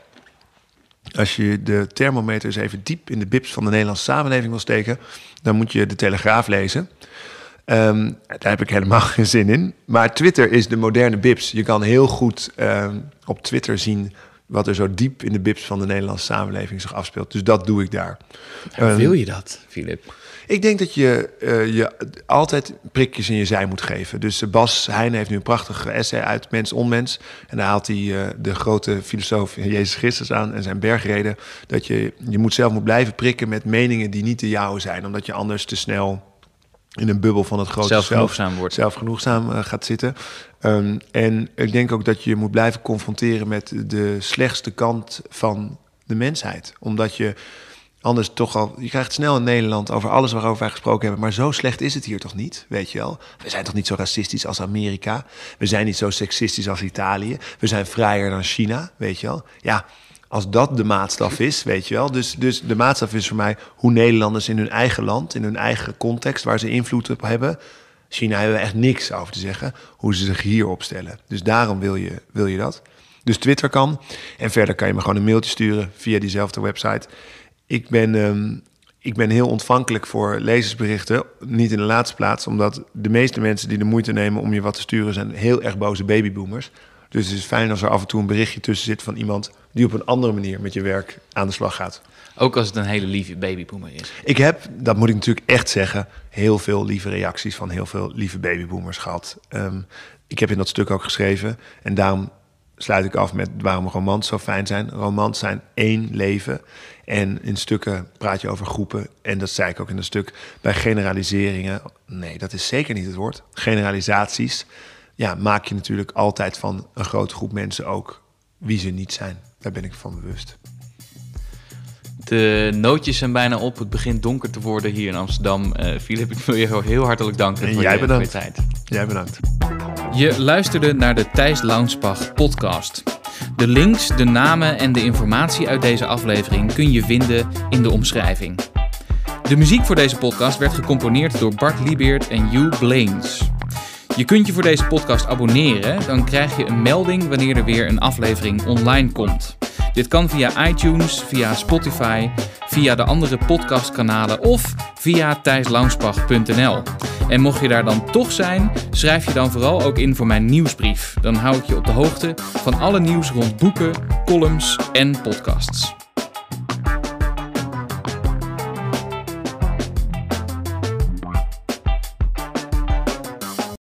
Als je de thermometer eens even diep in de bips van de Nederlandse samenleving wil steken, dan moet je de Telegraaf lezen. Um, daar heb ik helemaal geen zin in. Maar Twitter is de moderne bips. Je kan heel goed um, op Twitter zien wat er zo diep in de bips van de Nederlandse samenleving zich afspeelt. Dus dat doe ik daar. Um, wil je dat, Philip? Ik denk dat je, uh, je altijd prikjes in je zij moet geven. Dus uh, Bas Heijnen heeft nu een prachtige essay uit Mens Onmens. En daar haalt hij uh, de grote filosoof Jezus Christus aan en zijn bergreden. Dat je, je moet zelf moet blijven prikken met meningen die niet de jouwe zijn. Omdat je anders te snel in een bubbel van het grote zelfgenoegzaam zelf, wordt. zelfgenoegzaam uh, gaat zitten. Um, en ik denk ook dat je moet blijven confronteren met de slechtste kant van de mensheid. Omdat je... Anders toch al, je krijgt snel in Nederland over alles waarover wij gesproken hebben, maar zo slecht is het hier toch niet, weet je wel? We zijn toch niet zo racistisch als Amerika? We zijn niet zo seksistisch als Italië? We zijn vrijer dan China, weet je wel? Ja, als dat de maatstaf is, weet je wel? Dus, dus de maatstaf is voor mij hoe Nederlanders in hun eigen land, in hun eigen context, waar ze invloed op hebben. China hebben we echt niks over te zeggen, hoe ze zich hier opstellen. Dus daarom wil je, wil je dat. Dus Twitter kan. En verder kan je me gewoon een mailtje sturen via diezelfde website. Ik ben, um, ik ben heel ontvankelijk voor lezersberichten. Niet in de laatste plaats, omdat de meeste mensen die de moeite nemen om je wat te sturen zijn heel erg boze babyboomers. Dus het is fijn als er af en toe een berichtje tussen zit van iemand die op een andere manier met je werk aan de slag gaat. Ook als het een hele lieve babyboomer is. Ik heb, dat moet ik natuurlijk echt zeggen, heel veel lieve reacties van heel veel lieve babyboomers gehad. Um, ik heb in dat stuk ook geschreven en daarom sluit ik af met waarom romans zo fijn zijn. Romans zijn één leven. En in stukken praat je over groepen. En dat zei ik ook in een stuk. Bij generaliseringen, nee, dat is zeker niet het woord. Generalisaties, ja, maak je natuurlijk altijd van een grote groep mensen ook wie ze niet zijn. Daar ben ik van bewust. De nootjes zijn bijna op. Het begint donker te worden hier in Amsterdam. Uh, Philip, ik wil je heel hartelijk danken en voor, jij je, bedankt. voor je tijd. Jij bedankt. Je luisterde naar de Thijs Launsbach podcast. De links, de namen en de informatie uit deze aflevering kun je vinden in de omschrijving. De muziek voor deze podcast werd gecomponeerd door Bart Liebeert en Hugh Blaines. Je kunt je voor deze podcast abonneren, dan krijg je een melding wanneer er weer een aflevering online komt. Dit kan via iTunes, via Spotify, via de andere podcastkanalen of via thijs launsbach punt n l. En mocht je daar dan toch zijn, schrijf je dan vooral ook in voor mijn nieuwsbrief. Dan hou ik je op de hoogte van alle nieuws rond boeken, columns en podcasts.